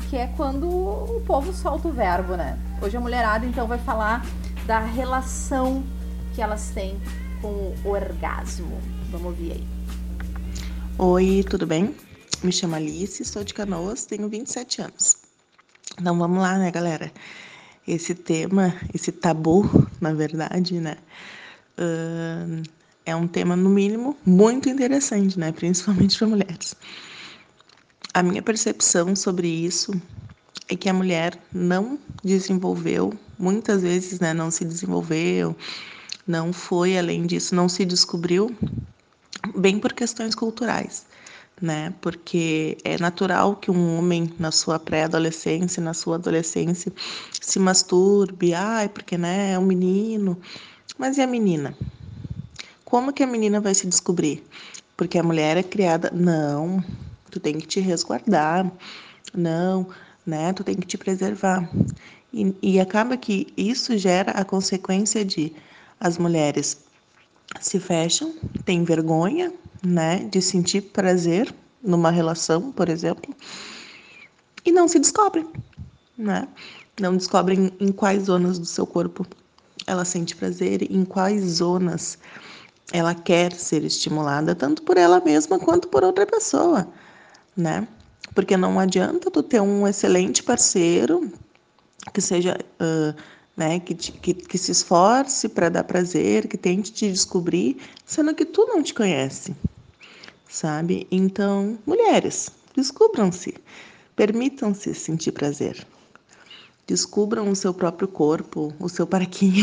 que é quando o povo solta o verbo, né? Hoje a mulherada, então, vai falar da relação que elas têm com o orgasmo. Vamos ouvir aí. Oi, tudo bem? Me chamo Alice, sou de Canoas, tenho vinte e sete anos. Então vamos lá, né, galera? Esse tema, esse tabu, na verdade, né? Uh, é um tema, no mínimo, muito interessante, né? Principalmente para mulheres. A minha percepção sobre isso é que a mulher não desenvolveu, muitas vezes, né, não se desenvolveu, não foi além disso, não se descobriu, bem por questões culturais, né? Porque é natural que um homem, na sua pré-adolescência, na sua adolescência, se masturbe, ai, porque, né, é um menino. Mas e a menina? Como que a menina vai se descobrir? Porque a mulher é criada, não, tu tem que te resguardar, não, né, tu tem que te preservar. E, e acaba que isso gera a consequência de as mulheres se fecham, têm vergonha, né, de sentir prazer numa relação, por exemplo, e não se descobrem, né? Não descobrem em quais zonas do seu corpo ela sente prazer, em quais zonas ela quer ser estimulada, tanto por ela mesma quanto por outra pessoa, né? Porque não adianta tu ter um excelente parceiro que seja, uh, né, que, te, que, que se esforce para dar prazer, que tente te descobrir, sendo que tu não te conhece, sabe? Então, mulheres, descubram-se, permitam-se sentir prazer, descubram o seu próprio corpo, o seu paraquinho,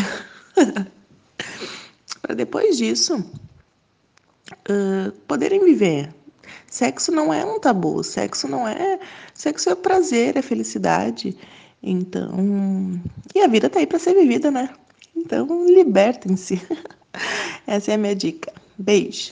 para depois disso uh, poderem viver. Sexo não é um tabu, sexo não é, sexo é prazer, é felicidade. Então, e a vida tá aí para ser vivida, né? Então, libertem-se. Essa é a minha dica. Beijo.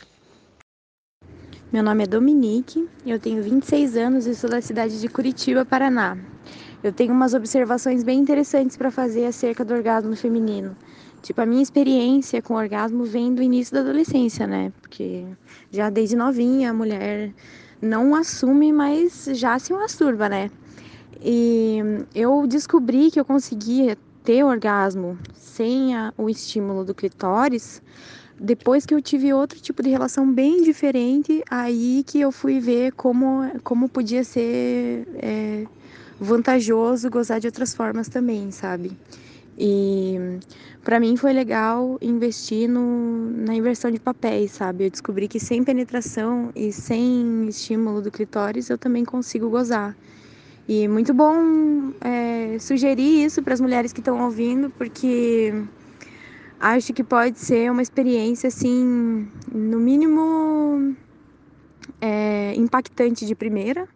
Meu nome é Dominique, eu tenho vinte e seis anos e sou da cidade de Curitiba, Paraná. Eu tenho umas observações bem interessantes para fazer acerca do orgasmo feminino. Tipo, a minha experiência com o orgasmo vem do início da adolescência, né? Porque já desde novinha a mulher não assume, mas já se masturba, né? E eu descobri que eu conseguia ter orgasmo sem a, o estímulo do clitóris depois que eu tive outro tipo de relação bem diferente, aí que eu fui ver como, como podia ser é, vantajoso gozar de outras formas também, sabe? E pra mim foi legal investir no, na inversão de papéis, sabe? Eu descobri que sem penetração e sem estímulo do clitóris eu também consigo gozar. E muito bom é, sugerir isso para as mulheres que estão ouvindo, porque acho que pode ser uma experiência, assim, no mínimo é, impactante de primeira,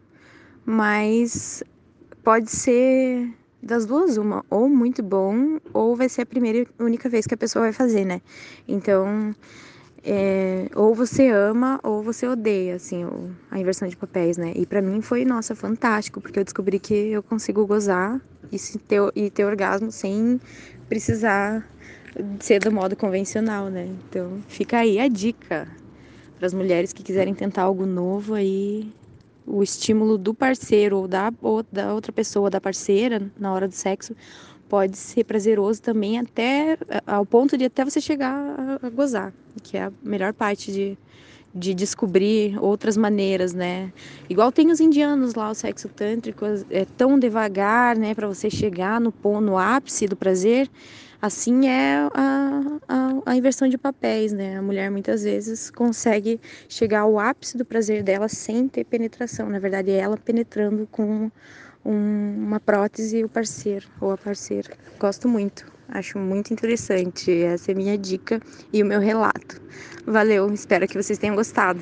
mas pode ser das duas uma, ou muito bom, ou vai ser a primeira e única vez que a pessoa vai fazer, né? Então, é, ou você ama ou você odeia, assim, a inversão de papéis, né? E pra mim foi, nossa, fantástico, porque eu descobri que eu consigo gozar e ter, e ter orgasmo sem precisar ser do modo convencional, né? Então, fica aí a dica para as mulheres que quiserem tentar algo novo aí. O estímulo do parceiro ou da, ou da outra pessoa, da parceira, na hora do sexo, pode ser prazeroso também, até ao ponto de até você chegar a, a gozar, que é a melhor parte de, de descobrir outras maneiras, né? Igual tem os indianos lá, o sexo tântrico é tão devagar, né, para você chegar no, no ápice do prazer. Assim é a, a, a inversão de papéis, né? A mulher muitas vezes consegue chegar ao ápice do prazer dela sem ter penetração. Na verdade, é ela penetrando com um, uma prótese e o parceiro ou a parceira. Gosto muito, acho muito interessante. Essa é a minha dica e o meu relato. Valeu, espero que vocês tenham gostado.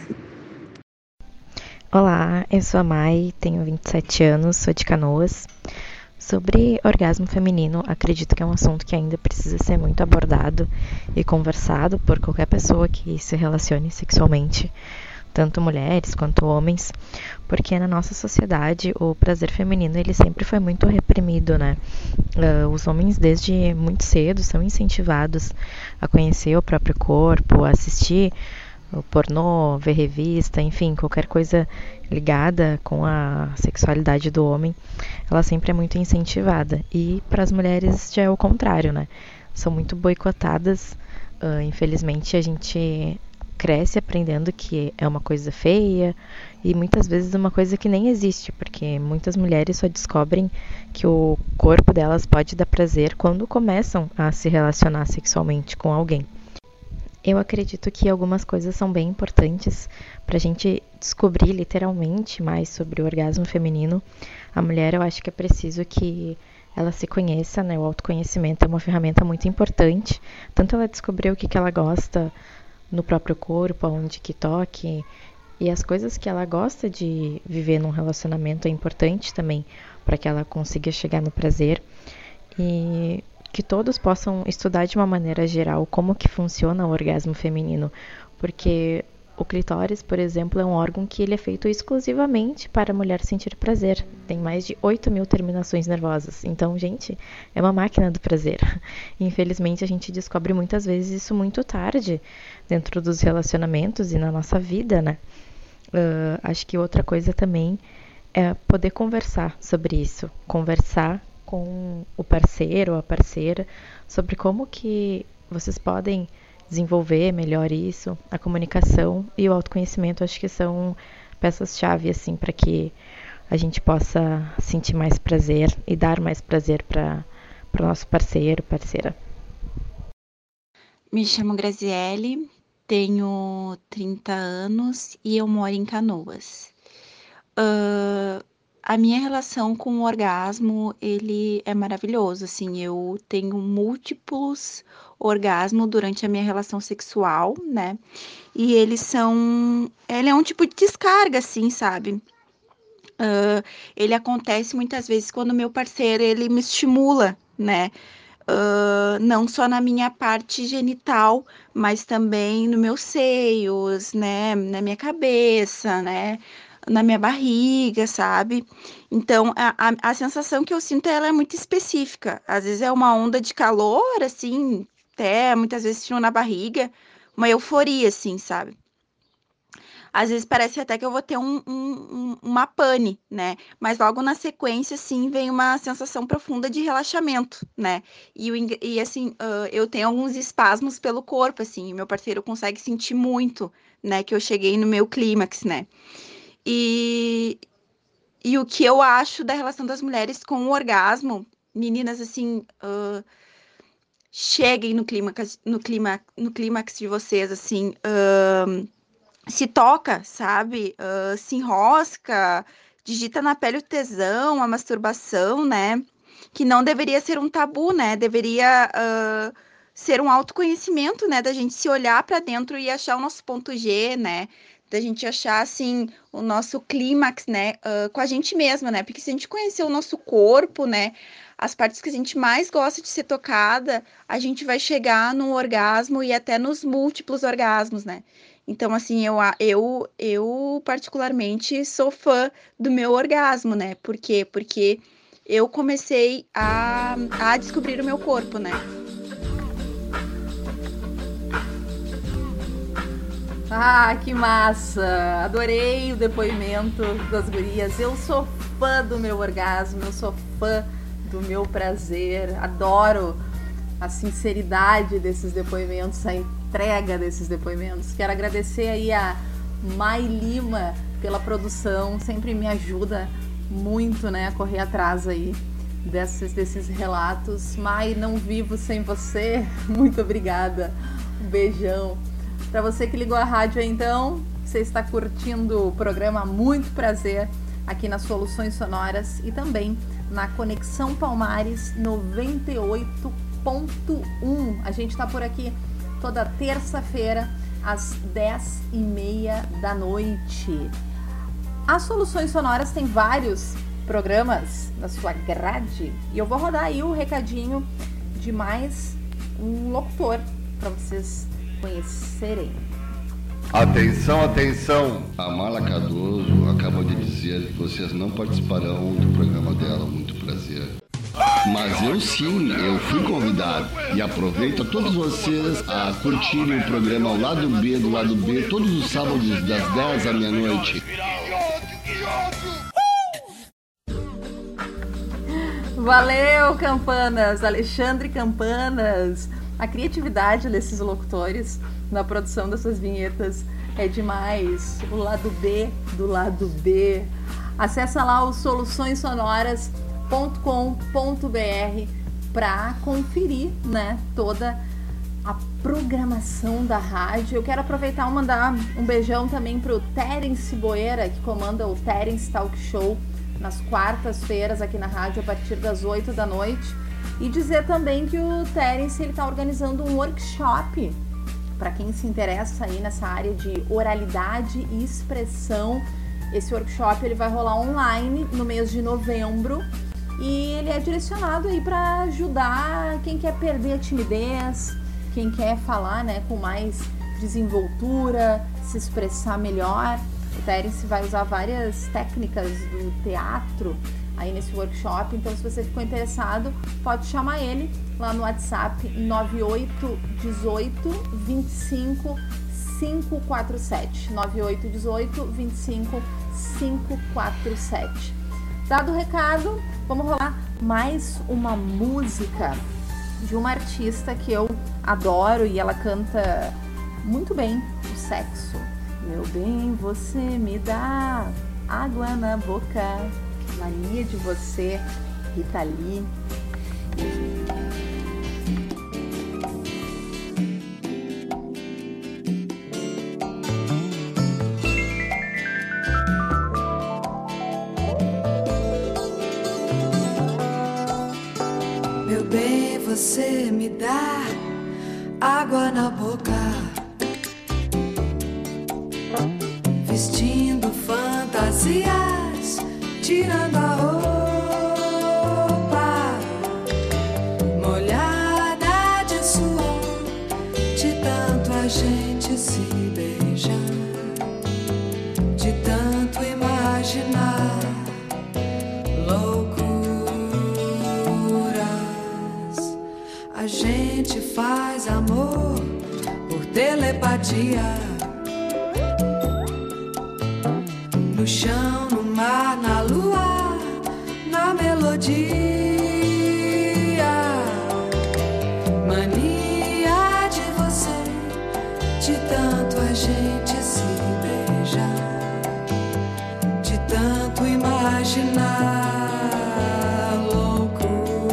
Olá, eu sou a Mai, tenho vinte e sete anos, sou de Canoas. Sobre orgasmo feminino, acredito que é um assunto que ainda precisa ser muito abordado e conversado por qualquer pessoa que se relacione sexualmente, tanto mulheres quanto homens, porque na nossa sociedade o prazer feminino ele sempre foi muito reprimido, né? Uh, os homens desde muito cedo são incentivados a conhecer o próprio corpo, a assistir o pornô, ver revista, enfim, qualquer coisa ligada com a sexualidade do homem, ela sempre é muito incentivada. E para as mulheres já é o contrário, né? São muito boicotadas. Uh, infelizmente a gente cresce aprendendo que é uma coisa feia e muitas vezes uma coisa que nem existe, porque muitas mulheres só descobrem que o corpo delas pode dar prazer quando começam a se relacionar sexualmente com alguém. Eu acredito que algumas coisas são bem importantes para a gente descobrir literalmente mais sobre o orgasmo feminino. A mulher, eu acho que é preciso que ela se conheça, né? O autoconhecimento é uma ferramenta muito importante, tanto ela descobrir o que, que ela gosta no próprio corpo, aonde que toque, e as coisas que ela gosta de viver num relacionamento é importante também para que ela consiga chegar no prazer, e que todos possam estudar de uma maneira geral como que funciona o orgasmo feminino, porque o clitóris, por exemplo, é um órgão que ele é feito exclusivamente para a mulher sentir prazer. Tem mais de oito mil terminações nervosas. Então, gente, é uma máquina do prazer. Infelizmente, a gente descobre muitas vezes isso muito tarde dentro dos relacionamentos e na nossa vida, né? Uh, acho que outra coisa também é poder conversar sobre isso. Conversar com o parceiro ou a parceira sobre como que vocês podem desenvolver melhor isso, a comunicação e o autoconhecimento. Acho que são peças-chave assim para que a gente possa sentir mais prazer e dar mais prazer para o nosso parceiro, parceira. Me chamo Graziele, tenho trinta anos e eu moro em Canoas. Uh, a minha relação com o orgasmo, ele é maravilhoso, assim, eu tenho múltiplos orgasmos durante a minha relação sexual, né, e eles são, ele é um tipo de descarga, assim, sabe, uh, ele acontece muitas vezes quando o meu parceiro, ele me estimula, né, uh, não só na minha parte genital, mas também nos meus seios, né, na minha cabeça, né, na minha barriga, sabe? Então, a, a, a sensação que eu sinto, ela é muito específica. Às vezes é uma onda de calor, assim, até muitas vezes frio na barriga, uma euforia, assim, sabe? Às vezes parece até que eu vou ter um, um, uma pane, né? Mas logo na sequência, assim, vem uma sensação profunda de relaxamento, né? E, e assim, uh, eu tenho alguns espasmos pelo corpo, assim, e meu parceiro consegue sentir muito, né? Que eu cheguei no meu clímax, né? E, e o que eu acho da relação das mulheres com o orgasmo, meninas, assim, uh, cheguem no clímax, no, clima, no clímax de vocês, assim, uh, se toca, sabe? Uh, se enrosca, digita na pele o tesão, a masturbação, né? Que não deveria ser um tabu, né? Deveria uh, ser um autoconhecimento, né? Da gente se olhar para dentro e achar o nosso ponto G, né? Da gente achar, assim, o nosso clímax, né, uh, com a gente mesma, né, porque se a gente conhecer o nosso corpo, né, as partes que a gente mais gosta de ser tocada, a gente vai chegar no orgasmo e até nos múltiplos orgasmos, né. Então, assim, eu, eu, eu particularmente sou fã do meu orgasmo, né, por quê? Porque eu comecei a, a descobrir o meu corpo, né. Ah, que massa! Adorei o depoimento das gurias. Eu sou fã do meu orgasmo, eu sou fã do meu prazer. Adoro a sinceridade desses depoimentos, a entrega desses depoimentos. Quero agradecer aí a Mai Lima pela produção, sempre me ajuda muito, né, a correr atrás aí desses, desses relatos. Mai, não vivo sem você. Muito obrigada. Um beijão. Para você que ligou a rádio aí, então, você está curtindo o programa Muito Prazer aqui nas Soluções Sonoras e também na Conexão Palmares noventa e oito ponto um. A gente está por aqui toda terça-feira às dez e meia da noite. As Soluções Sonoras tem vários programas na sua grade e eu vou rodar aí o recadinho de mais um locutor para vocês conhecerem. Atenção, atenção! A Marla Cardoso acabou de dizer que vocês não participarão do programa dela. Muito prazer. Mas eu sim, eu fui convidado. E aproveito a todos vocês a curtirem o programa ao Lado B do Lado B, todos os sábados das dez à meia-noite. Valeu, Campanas! Alexandre Campanas! A criatividade desses locutores na produção dessas vinhetas é demais. O lado B do lado B. Acessa lá o soluções sonoras ponto com ponto b r para conferir, né, toda a programação da rádio. Eu quero aproveitar e mandar um beijão também para o Terence Boeira, que comanda o Terence Talk Show nas quartas-feiras aqui na rádio a partir das oito da noite. E dizer também que o Terence está organizando um workshop para quem se interessa aí nessa área de oralidade e expressão. Esse workshop ele vai rolar online no mês de novembro e ele é direcionado aí para ajudar quem quer perder a timidez, quem quer falar, né, com mais desenvoltura, se expressar melhor. O Terence vai usar várias técnicas do teatro aí nesse workshop, então se você ficou interessado, pode chamar ele lá no WhatsApp nove oito um oito, dois cinco, cinco quatro sete, nove oito um oito, dois cinco, cinco quatro sete. Dado o recado, vamos rolar mais uma música de uma artista que eu adoro e ela canta muito bem o sexo. Meu bem, você me dá água na boca, mania de você, Rita Lee. Meu bem, você me dá água na boca, vestindo fantasias, tirando a roupa, molhada de suor, de tanto a gente se beijar, de tanto imaginar loucuras. A gente faz amor por telepatia, no chão, no mar, na lua, na melodia. Mania de você, de tanto a gente se beijar, de tanto imaginar loucuras.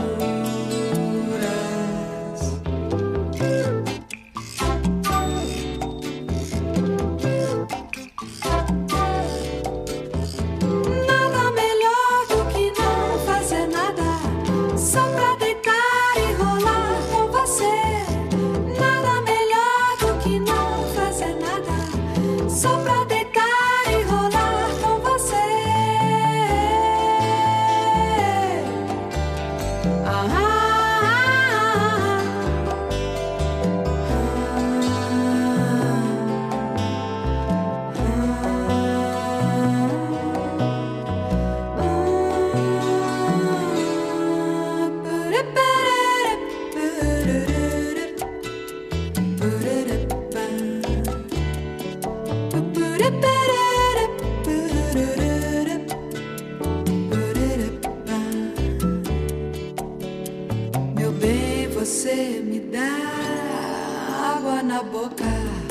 Meu bem, você me dá água na boca,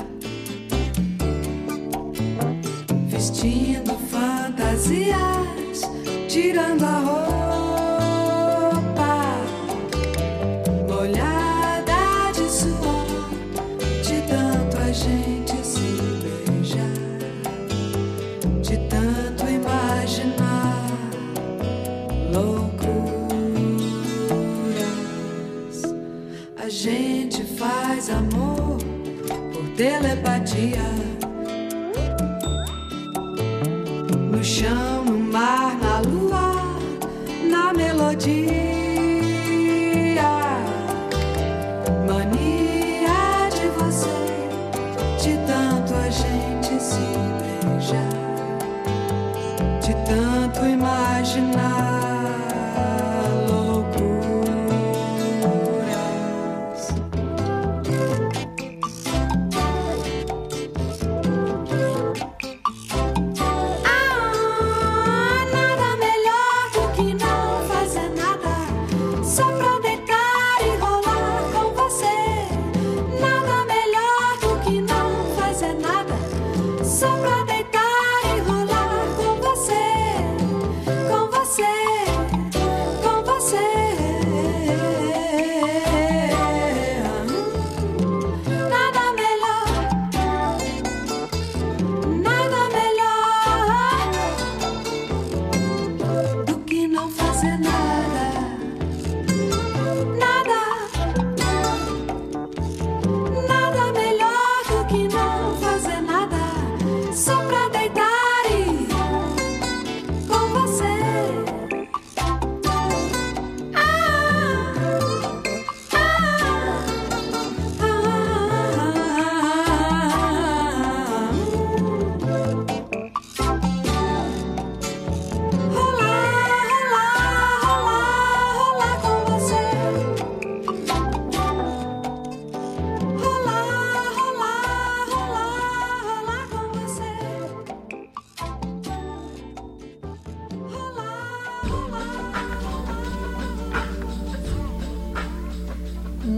vestindo fantasias, tirando a roupa, molhada de suor, de tanto a gente se beijar, de tanto imaginar loucuras. A gente faz amor por telepatia, no chão, no mar, na lua, na melodia. Mania de você, de tanto a gente se beijar, de tanto imaginar loucuras.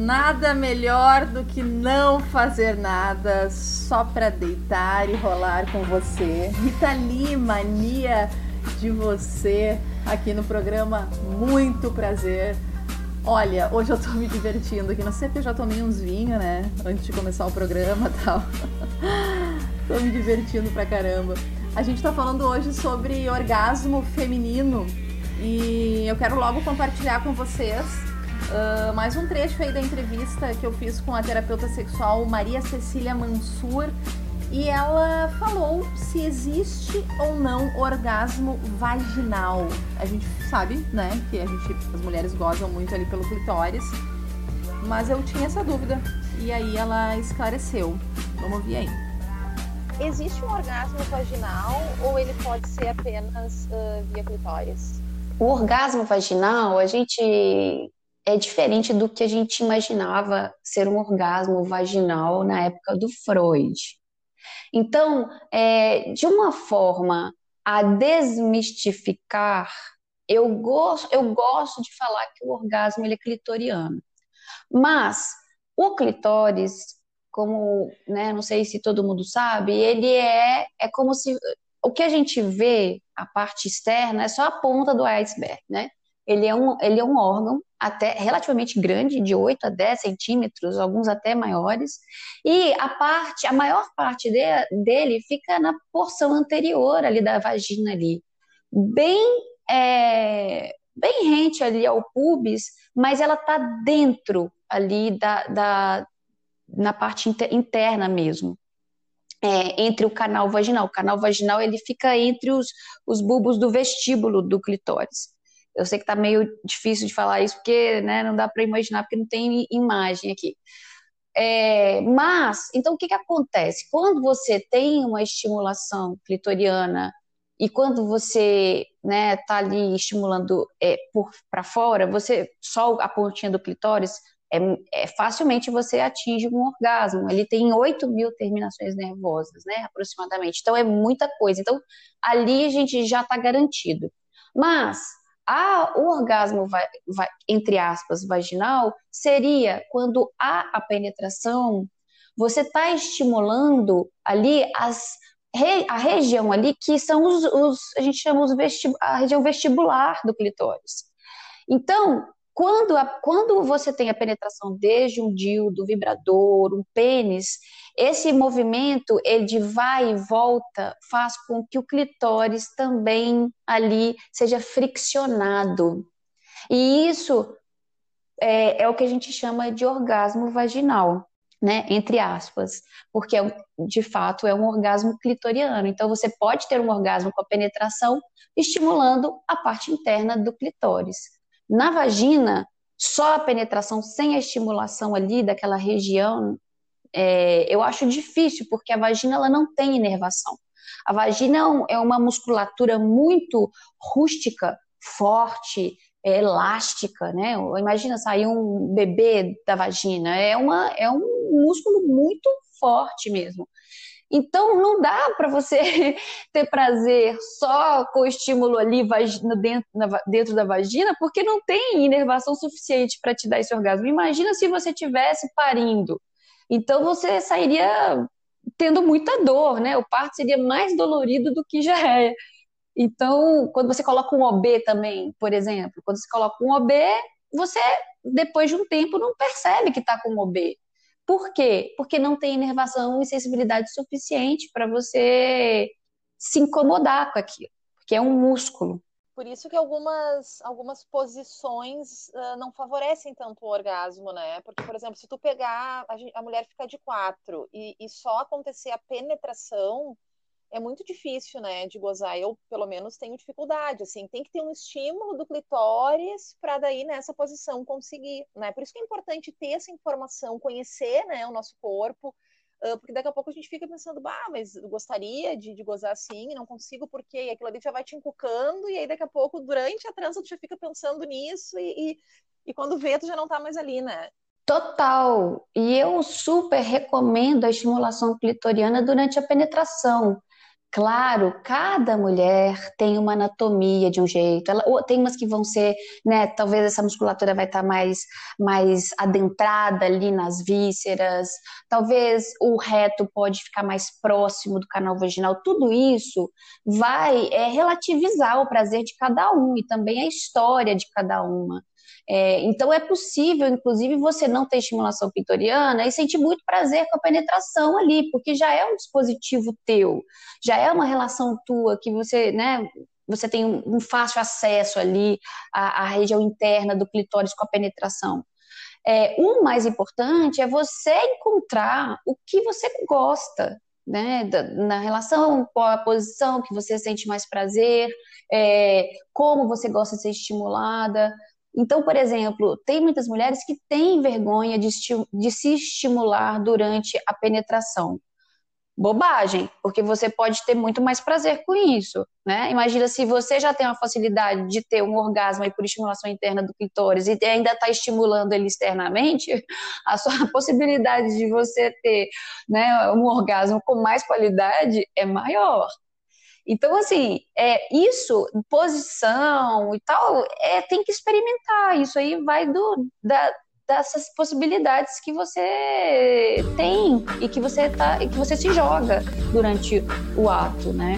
nada melhor do que não fazer nada, só pra deitar e rolar com você. Rita Lee, mania de você, aqui no programa Muito Prazer. Olha, hoje eu tô me divertindo aqui, não sei porque eu já tomei uns vinhos, né, antes de começar o programa e tal. Tô me divertindo pra caramba. A gente tá falando hoje sobre orgasmo feminino e eu quero logo compartilhar com vocês Uh, mais um trecho aí da entrevista que eu fiz com a terapeuta sexual Maria Cecília Mansur, e ela falou se existe ou não orgasmo vaginal. A gente sabe, né, que a gente, as mulheres gozam muito ali pelo clitóris, mas eu tinha essa dúvida e aí ela esclareceu. Vamos ouvir aí. Existe um orgasmo vaginal ou ele pode ser apenas uh, via clitóris? O orgasmo vaginal, a gente... é diferente do que a gente imaginava ser um orgasmo vaginal na época do Freud. Então, é, de uma forma a desmistificar, eu gosto, eu gosto de falar que o orgasmo ele é clitoriano. Mas o clitóris, como, né, não sei se todo mundo sabe, ele é, é como se... O que a gente vê, a parte externa, é só a ponta do iceberg, né? Ele é um, ele é um órgão até relativamente grande, de oito a dez centímetros, alguns até maiores, e a parte, a maior parte de, dele fica na porção anterior ali da vagina ali, bem, é, bem rente ali ao púbis, mas ela está dentro ali da, da, na parte inter, interna mesmo. É, entre o canal vaginal. O canal vaginal ele fica entre os, os bulbos do vestíbulo do clitóris. Eu sei que tá meio difícil de falar isso, porque, né, não dá para imaginar, porque não tem imagem aqui. É, mas, então, o que que acontece? Quando você tem uma estimulação clitoriana e quando você, né, tá ali estimulando é, para fora, você só a pontinha do clitóris, é, é, facilmente você atinge um orgasmo. Ele tem oito mil terminações nervosas, né, aproximadamente. Então, é muita coisa. Então, ali a gente já está garantido. Mas... Ah, o orgasmo, vai, vai, entre aspas, vaginal, seria quando há a penetração, você está estimulando ali as, a região ali que são os, os a gente chama os vestib, a região vestibular do clitóris. Então, quando, a, quando você tem a penetração desde um dildo, vibrador, um pênis, esse movimento, ele de vai e volta, faz com que o clitóris também ali seja friccionado. E isso é, é o que a gente chama de orgasmo vaginal, né? Entre aspas, porque de fato é um orgasmo clitoriano. Então você pode ter um orgasmo com a penetração estimulando a parte interna do clitóris. Na vagina, só a penetração sem a estimulação ali daquela região, é, eu acho difícil, porque a vagina ela não tem inervação. A vagina é uma musculatura muito rústica, forte, é, elástica, né? Imagina sair um bebê da vagina, é, uma, é um músculo muito forte mesmo. Então, não dá para você ter prazer só com o estímulo ali dentro, dentro da vagina, porque não tem inervação suficiente para te dar esse orgasmo. Imagina se você estivesse parindo. Então, você sairia tendo muita dor, né? O parto seria mais dolorido do que já é. Então, quando você coloca um O B também, por exemplo, quando você coloca um O B, você, depois de um tempo, não percebe que está com um O B. Por quê? Porque não tem inervação e sensibilidade suficiente para você se incomodar com aquilo, porque é um músculo. Por isso que algumas, algumas posições uh, não favorecem tanto o orgasmo, né? Porque, por exemplo, se tu pegar, a, a mulher fica de quatro e, e só acontecer a penetração, é muito difícil, né, de gozar. Eu, pelo menos, tenho dificuldade, assim. Tem que ter um estímulo do clitóris para daí, nessa posição, conseguir, né? Por isso que é importante ter essa informação, conhecer, né, o nosso corpo, uh, porque daqui a pouco a gente fica pensando, bah, mas eu gostaria de, de gozar assim, não consigo porque e aquilo ali já vai te encucando, e aí daqui a pouco, durante a transa, tu já fica pensando nisso e, e, e quando vê, tu já não tá mais ali, né? Total! E eu super recomendo a estimulação clitoriana durante a penetração. Claro, cada mulher tem uma anatomia de um jeito. Ela, ou tem umas que vão ser, né? Talvez essa musculatura vai estar mais, mais adentrada ali nas vísceras. Talvez o reto pode ficar mais próximo do canal vaginal. Tudo isso vai é, relativizar o prazer de cada um e também a história de cada uma. É, então é possível, inclusive, você não ter estimulação clitoriana e sentir muito prazer com a penetração ali, porque já é um dispositivo teu, já é uma relação tua que você, né, você tem um, um fácil acesso ali à, à região interna do clitóris com a penetração. É, o mais importante é você encontrar o que você gosta, né, da, na relação, qual a posição que você sente mais prazer, é, como você gosta de ser estimulada. Então, por exemplo, tem muitas mulheres que têm vergonha de, esti- de se estimular durante a penetração. Bobagem, porque você pode ter muito mais prazer com isso, né? Imagina se você já tem uma facilidade de ter um orgasmo aí por estimulação interna do clitóris e ainda está estimulando ele externamente, a sua possibilidade de você ter, né, um orgasmo com mais qualidade é maior. Então, assim, é, isso, posição e tal, é, tem que experimentar. Isso aí vai do, da, dessas possibilidades que você tem e que você, tá, e que você se joga durante o ato, né?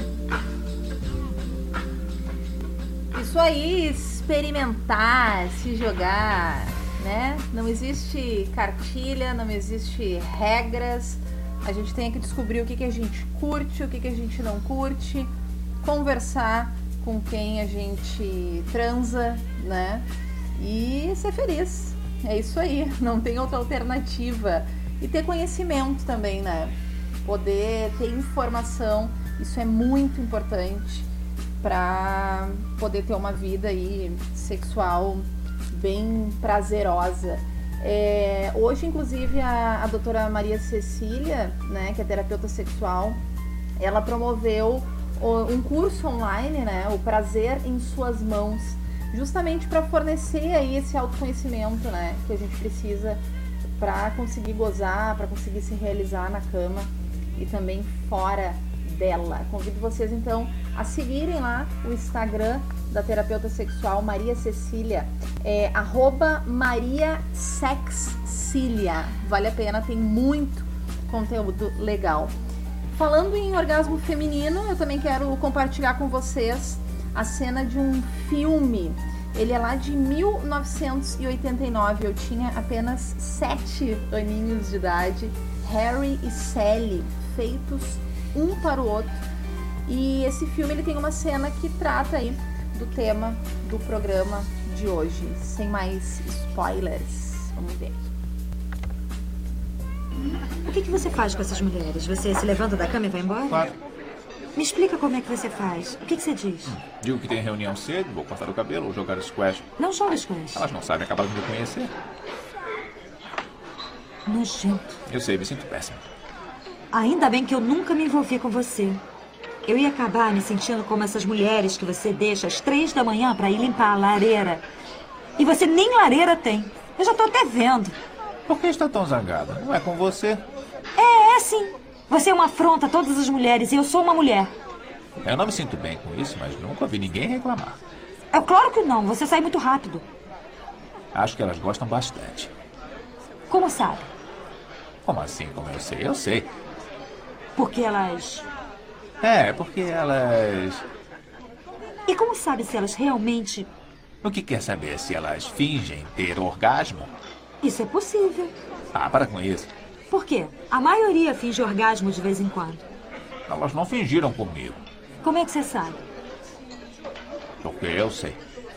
Isso aí, experimentar, se jogar, né? Não existe cartilha, não existe regras. A gente tem que descobrir o que, que a gente curte, o que, que a gente não curte, conversar com quem a gente transa, né? E ser feliz. É isso aí, não tem outra alternativa. E ter conhecimento também, né? Poder ter informação, isso é muito importante para poder ter uma vida aí sexual bem prazerosa. É, hoje, inclusive, a, a doutora Maria Cecília, né, que é terapeuta sexual, ela promoveu o, um curso online, né, o Prazer em Suas Mãos, justamente para fornecer aí esse autoconhecimento, né, que a gente precisa para conseguir gozar, para conseguir se realizar na cama e também fora dela. Convido vocês, então, a seguirem lá o Instagram da terapeuta sexual Maria Cecília, é arroba Maria Sexcília. Vale a pena, tem muito conteúdo legal. Falando em orgasmo feminino, eu também quero compartilhar com vocês a cena de um filme. Ele é lá de mil novecentos e oitenta e nove, eu tinha apenas sete aninhos de idade. Harry e Sally, feitos um para o outro. E esse filme ele tem uma cena que trata aí do tema do programa de hoje. Sem mais spoilers, vamos ver. O que, que você faz com essas mulheres? Você se levanta da cama e vai embora? Claro. Me explica como é que você faz. O que, que você diz? Hum, digo que tem reunião cedo, vou cortar o cabelo ou jogar squash. Não joga squash. Elas não sabem, acabaram de me conhecer. Nojento. Eu sei, me sinto péssimo. Ainda bem que eu nunca me envolvi com você. Eu ia acabar me sentindo como essas mulheres que você deixa às três da manhã para ir limpar a lareira. E você nem lareira tem. Eu já tô até vendo. Por que está tão zangada? Não é com você? É, é sim. Você é uma afronta a todas as mulheres e eu sou uma mulher. Eu não me sinto bem com isso, mas nunca vi ninguém reclamar. É claro que não. Você sai muito rápido. Acho que elas gostam bastante. Como sabe? Como assim, como eu sei? Eu sei. Porque elas... É, porque elas... E como sabe se elas realmente... O que quer saber se elas fingem ter orgasmo? Isso é possível. Ah, para com isso. Por quê? A maioria finge orgasmo de vez em quando. Elas não fingiram comigo. Como é que você sabe? Porque eu sei.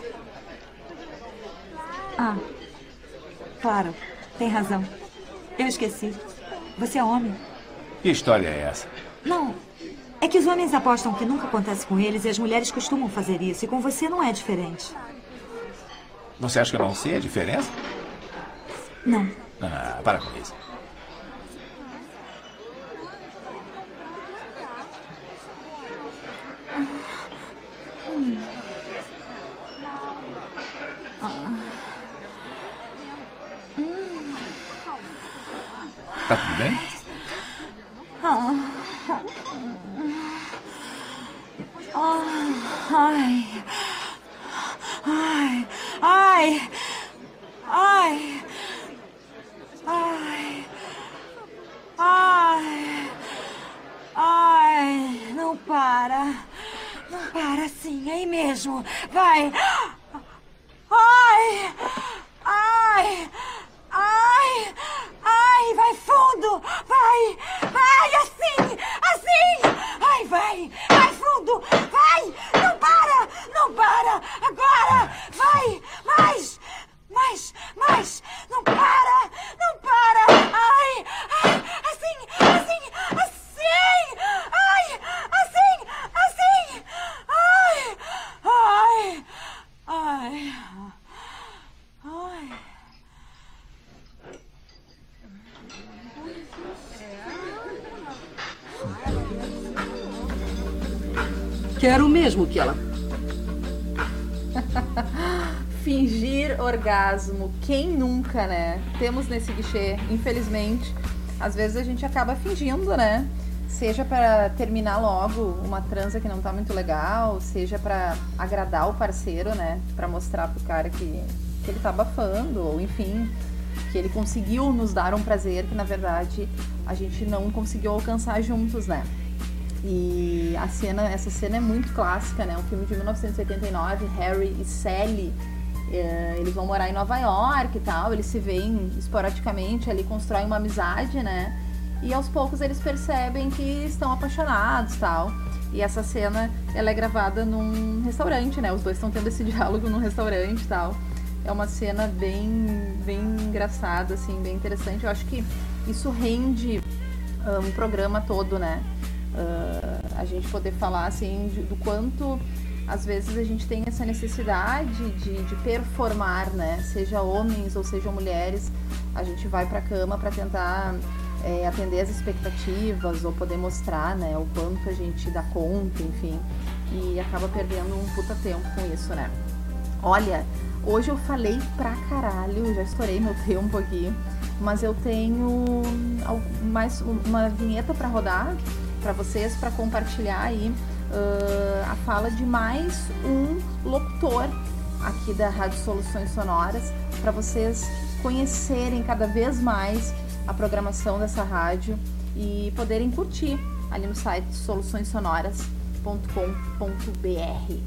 Ah, claro. Tem razão. Eu esqueci. Você é homem. Que história é essa? Não. É que os homens apostam que nunca acontece com eles e as mulheres costumam fazer isso. E com você não é diferente. Você acha que eu não sei a diferença? Não. Ah, para com isso. Tá tudo bem? Ai. Ai. Ai. Ai. Ai. Ai. Ai. Não para. Não para assim, aí mesmo. Vai. Ai. Ai. Ai. Ai, vai fundo. Vai. Vai, assim. Assim. Ai, vai. Vai fundo. Vai. Não para. Não para. Agora. Vai. Mais. Mais. Mais. Não para. Não para. Ai. Ai. Assim. Assim. Assim. Ai. Assim. Assim. Ai. Ai. Ai. Ai. Quero mesmo que ela... Fingir orgasmo. Quem nunca, né? Temos nesse guichê, infelizmente. Às vezes a gente acaba fingindo, né? Seja para terminar logo uma transa que não tá muito legal, seja para agradar o parceiro, né? Para mostrar pro cara que, que ele tá abafando, ou enfim, que ele conseguiu nos dar um prazer que na verdade a gente não conseguiu alcançar juntos, né? E a cena, essa cena é muito clássica, né? Um filme de mil novecentos e oitenta e nove, Harry e Sally, é, eles vão morar em Nova York e tal, eles se veem esporadicamente ali, constroem uma amizade, né? E aos poucos eles percebem que estão apaixonados e tal. E essa cena, ela é gravada num restaurante, né? Os dois estão tendo esse diálogo num restaurante e tal. É uma cena bem, bem engraçada, assim, bem interessante. Eu acho que isso rende um, um programa todo, né? Uh, a gente poder falar assim de, do quanto às vezes a gente tem essa necessidade de, de performar, né? Seja homens ou sejam mulheres, a gente vai pra cama para tentar é, atender as expectativas ou poder mostrar, né, o quanto a gente dá conta, enfim, e acaba perdendo um puta tempo com isso, né? Olha, hoje eu falei pra caralho, já estourei meu tempo aqui, mas eu tenho mais uma vinheta para rodar para vocês, para compartilhar aí uh, a fala de mais um locutor aqui da Rádio Soluções Sonoras, para vocês conhecerem cada vez mais a programação dessa rádio e poderem curtir ali no site soluções sonoras ponto com ponto b r.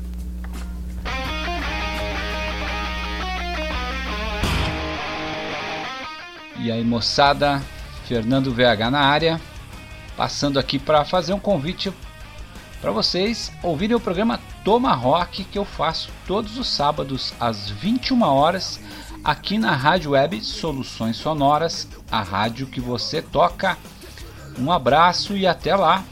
E aí, moçada, Fernando V H na área, passando aqui para fazer um convite para vocês ouvirem o programa Toma Rock, que eu faço todos os sábados às vinte e uma horas aqui na Rádio Web Soluções Sonoras, a rádio que você toca. Um abraço e até lá!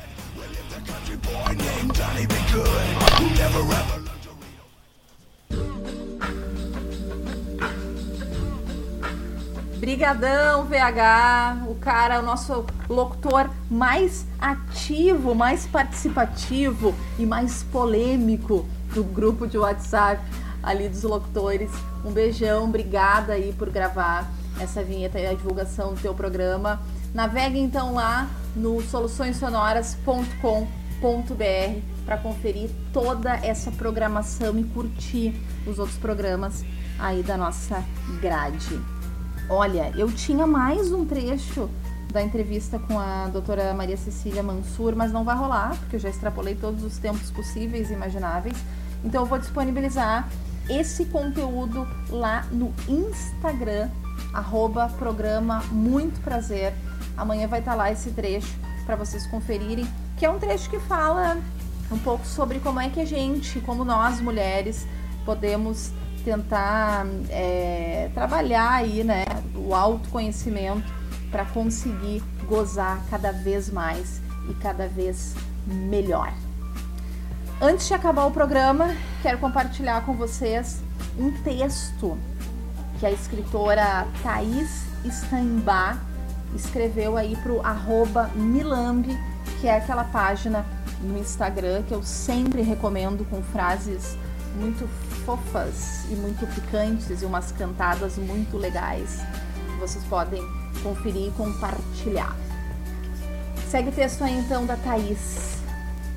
Brigadão, V H, o cara, o nosso locutor mais ativo, mais participativo e mais polêmico do grupo de WhatsApp ali dos locutores. Um beijão, obrigada aí por gravar essa vinheta e a divulgação do teu programa. Navegue então lá no soluções sonoras ponto com ponto b r para conferir toda essa programação e curtir os outros programas aí da nossa grade. Olha, eu tinha mais um trecho da entrevista com a doutora Maria Cecília Mansur, mas não vai rolar, porque eu já extrapolei todos os tempos possíveis e imagináveis. Então eu vou disponibilizar esse conteúdo lá no Instagram, arroba programa Muito Prazer. Amanhã vai estar lá esse trecho para vocês conferirem, que é um trecho que fala um pouco sobre como é que a gente, como nós mulheres, podemos tentar é, trabalhar aí, né, o autoconhecimento para conseguir gozar cada vez mais e cada vez melhor. Antes de acabar o programa, quero compartilhar com vocês um texto que a escritora Thaís Steinbach escreveu aí pro arroba Milambi, que é aquela página no Instagram que eu sempre recomendo, com frases muito fofas e muito picantes e umas cantadas muito legais que vocês podem conferir e compartilhar. Segue o texto aí então da Thaís.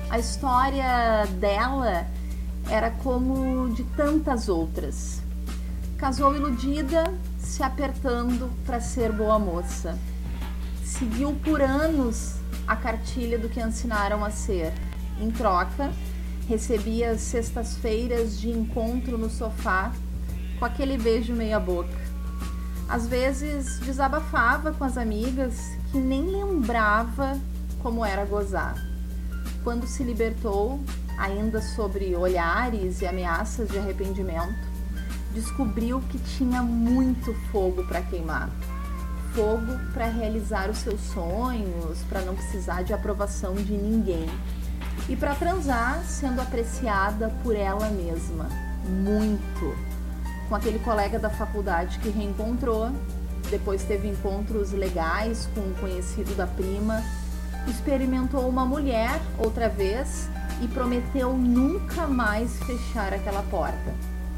A história dela era como de tantas outras. Casou iludida, se apertando para ser boa moça. Seguiu por anos a cartilha do que ensinaram a ser. Em troca, recebia as sextas-feiras de encontro no sofá com aquele beijo meia boca. Às vezes desabafava com as amigas que nem lembrava como era gozar. Quando se libertou, ainda sobre olhares e ameaças de arrependimento, descobriu que tinha muito fogo para queimar. Fogo para realizar os seus sonhos, para não precisar de aprovação de ninguém. E para transar sendo apreciada por ela mesma. Muito. Com aquele colega da faculdade que reencontrou, depois teve encontros legais com um conhecido da prima, experimentou uma mulher outra vez e prometeu nunca mais fechar aquela porta.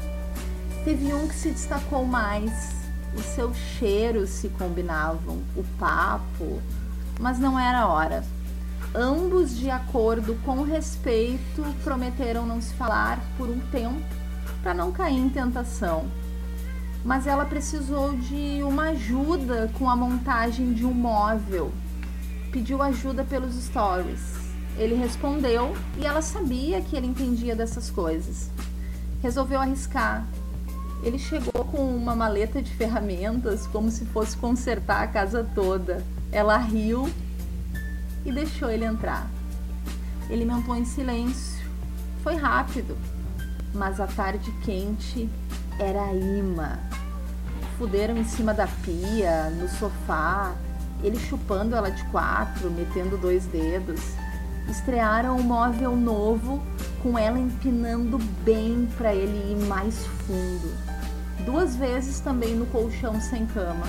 Teve um que se destacou mais, os seus cheiros se combinavam, o papo, mas não era hora. Ambos, de acordo com respeito, prometeram não se falar por um tempo para não cair em tentação. Mas ela precisou de uma ajuda com a montagem de um móvel. Pediu ajuda pelos stories. Ele respondeu e ela sabia que ele entendia dessas coisas. Resolveu arriscar. Ele chegou com uma maleta de ferramentas como se fosse consertar a casa toda. Ela riu e deixou ele entrar. Ele mentou em silêncio. Foi rápido, mas a tarde quente era imã. Fuderam em cima da pia, no sofá, ele chupando ela de quatro, metendo dois dedos. Estrearam um móvel novo, com ela empinando bem para ele ir mais fundo. Duas vezes também no colchão sem cama.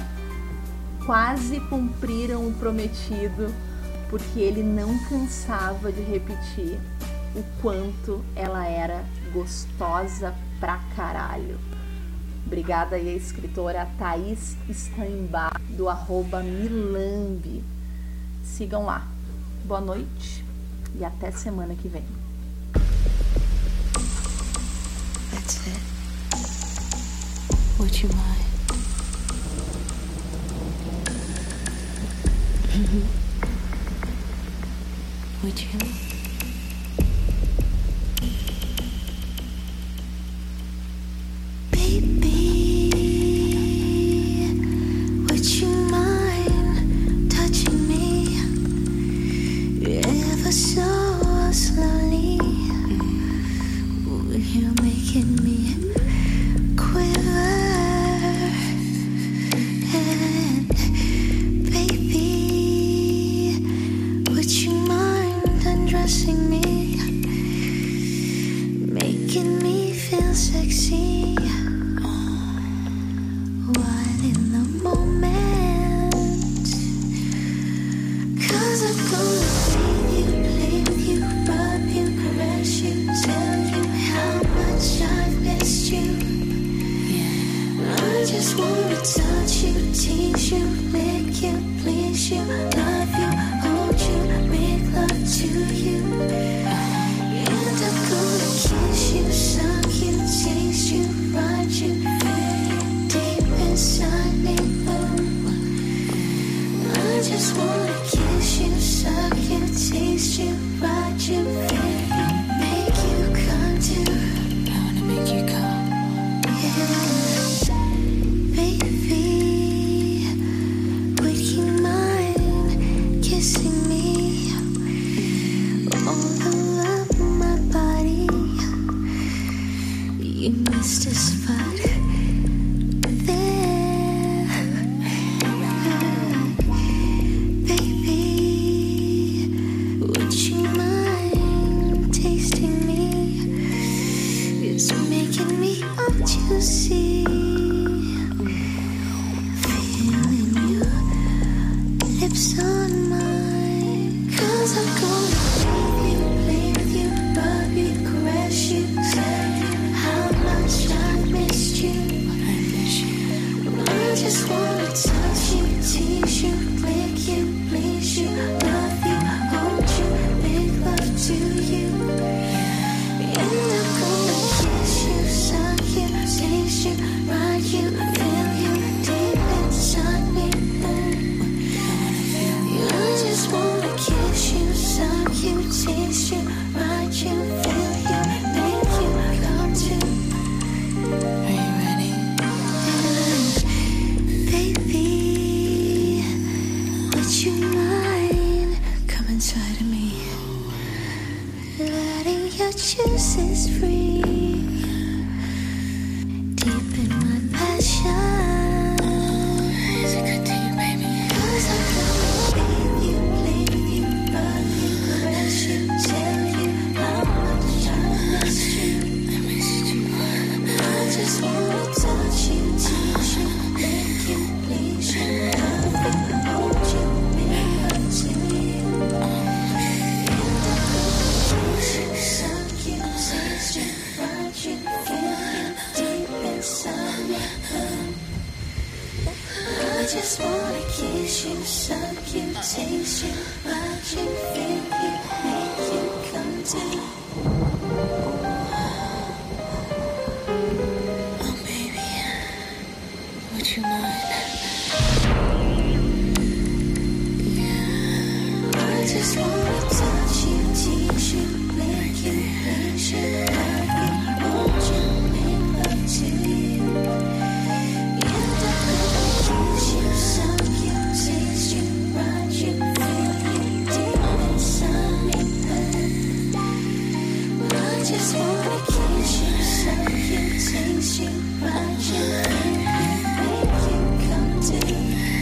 Quase cumpriram o prometido, porque ele não cansava de repetir o quanto ela era gostosa pra caralho. Obrigada aí a escritora Thaís Steinbach, do arroba Milambi. Sigam lá. Boa noite e até semana que vem. That's it. Would you mind? Would you? Baby, would you mind? is free. Deep in my passion. Is it good to you, baby? 'Cause I can bathe you, play you, love you, caress you, tell you how much I miss you. I missed you. I just wanna touch you, teach you, make you, please you, love you, hold you, make love to you. Suck you, taste you, ride you, feel you deep inside me. I just wanna kiss you, suck you, taste you, ride you, feel you, make you come to. Oh baby, would you mind? I just wanna touch you, teach you, make you, please you, love you, hold you, make love to you. And I could kiss you, suck you, taste you, ride you, feel you deep inside me. I just wanna kiss you, suck you, taste you, ride you, feel you, make you come to.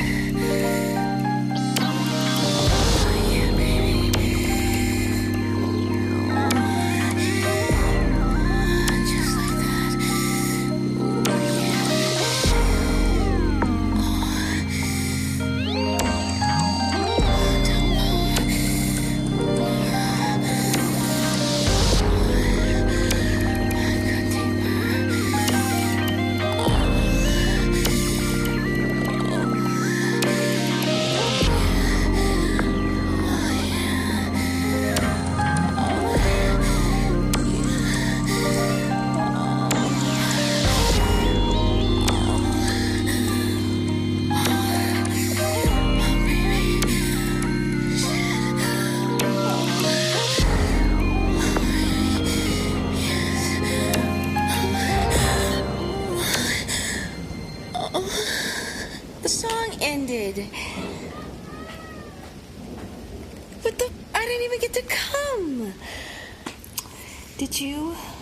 The song ended. But the I didn't even get to come. Did you?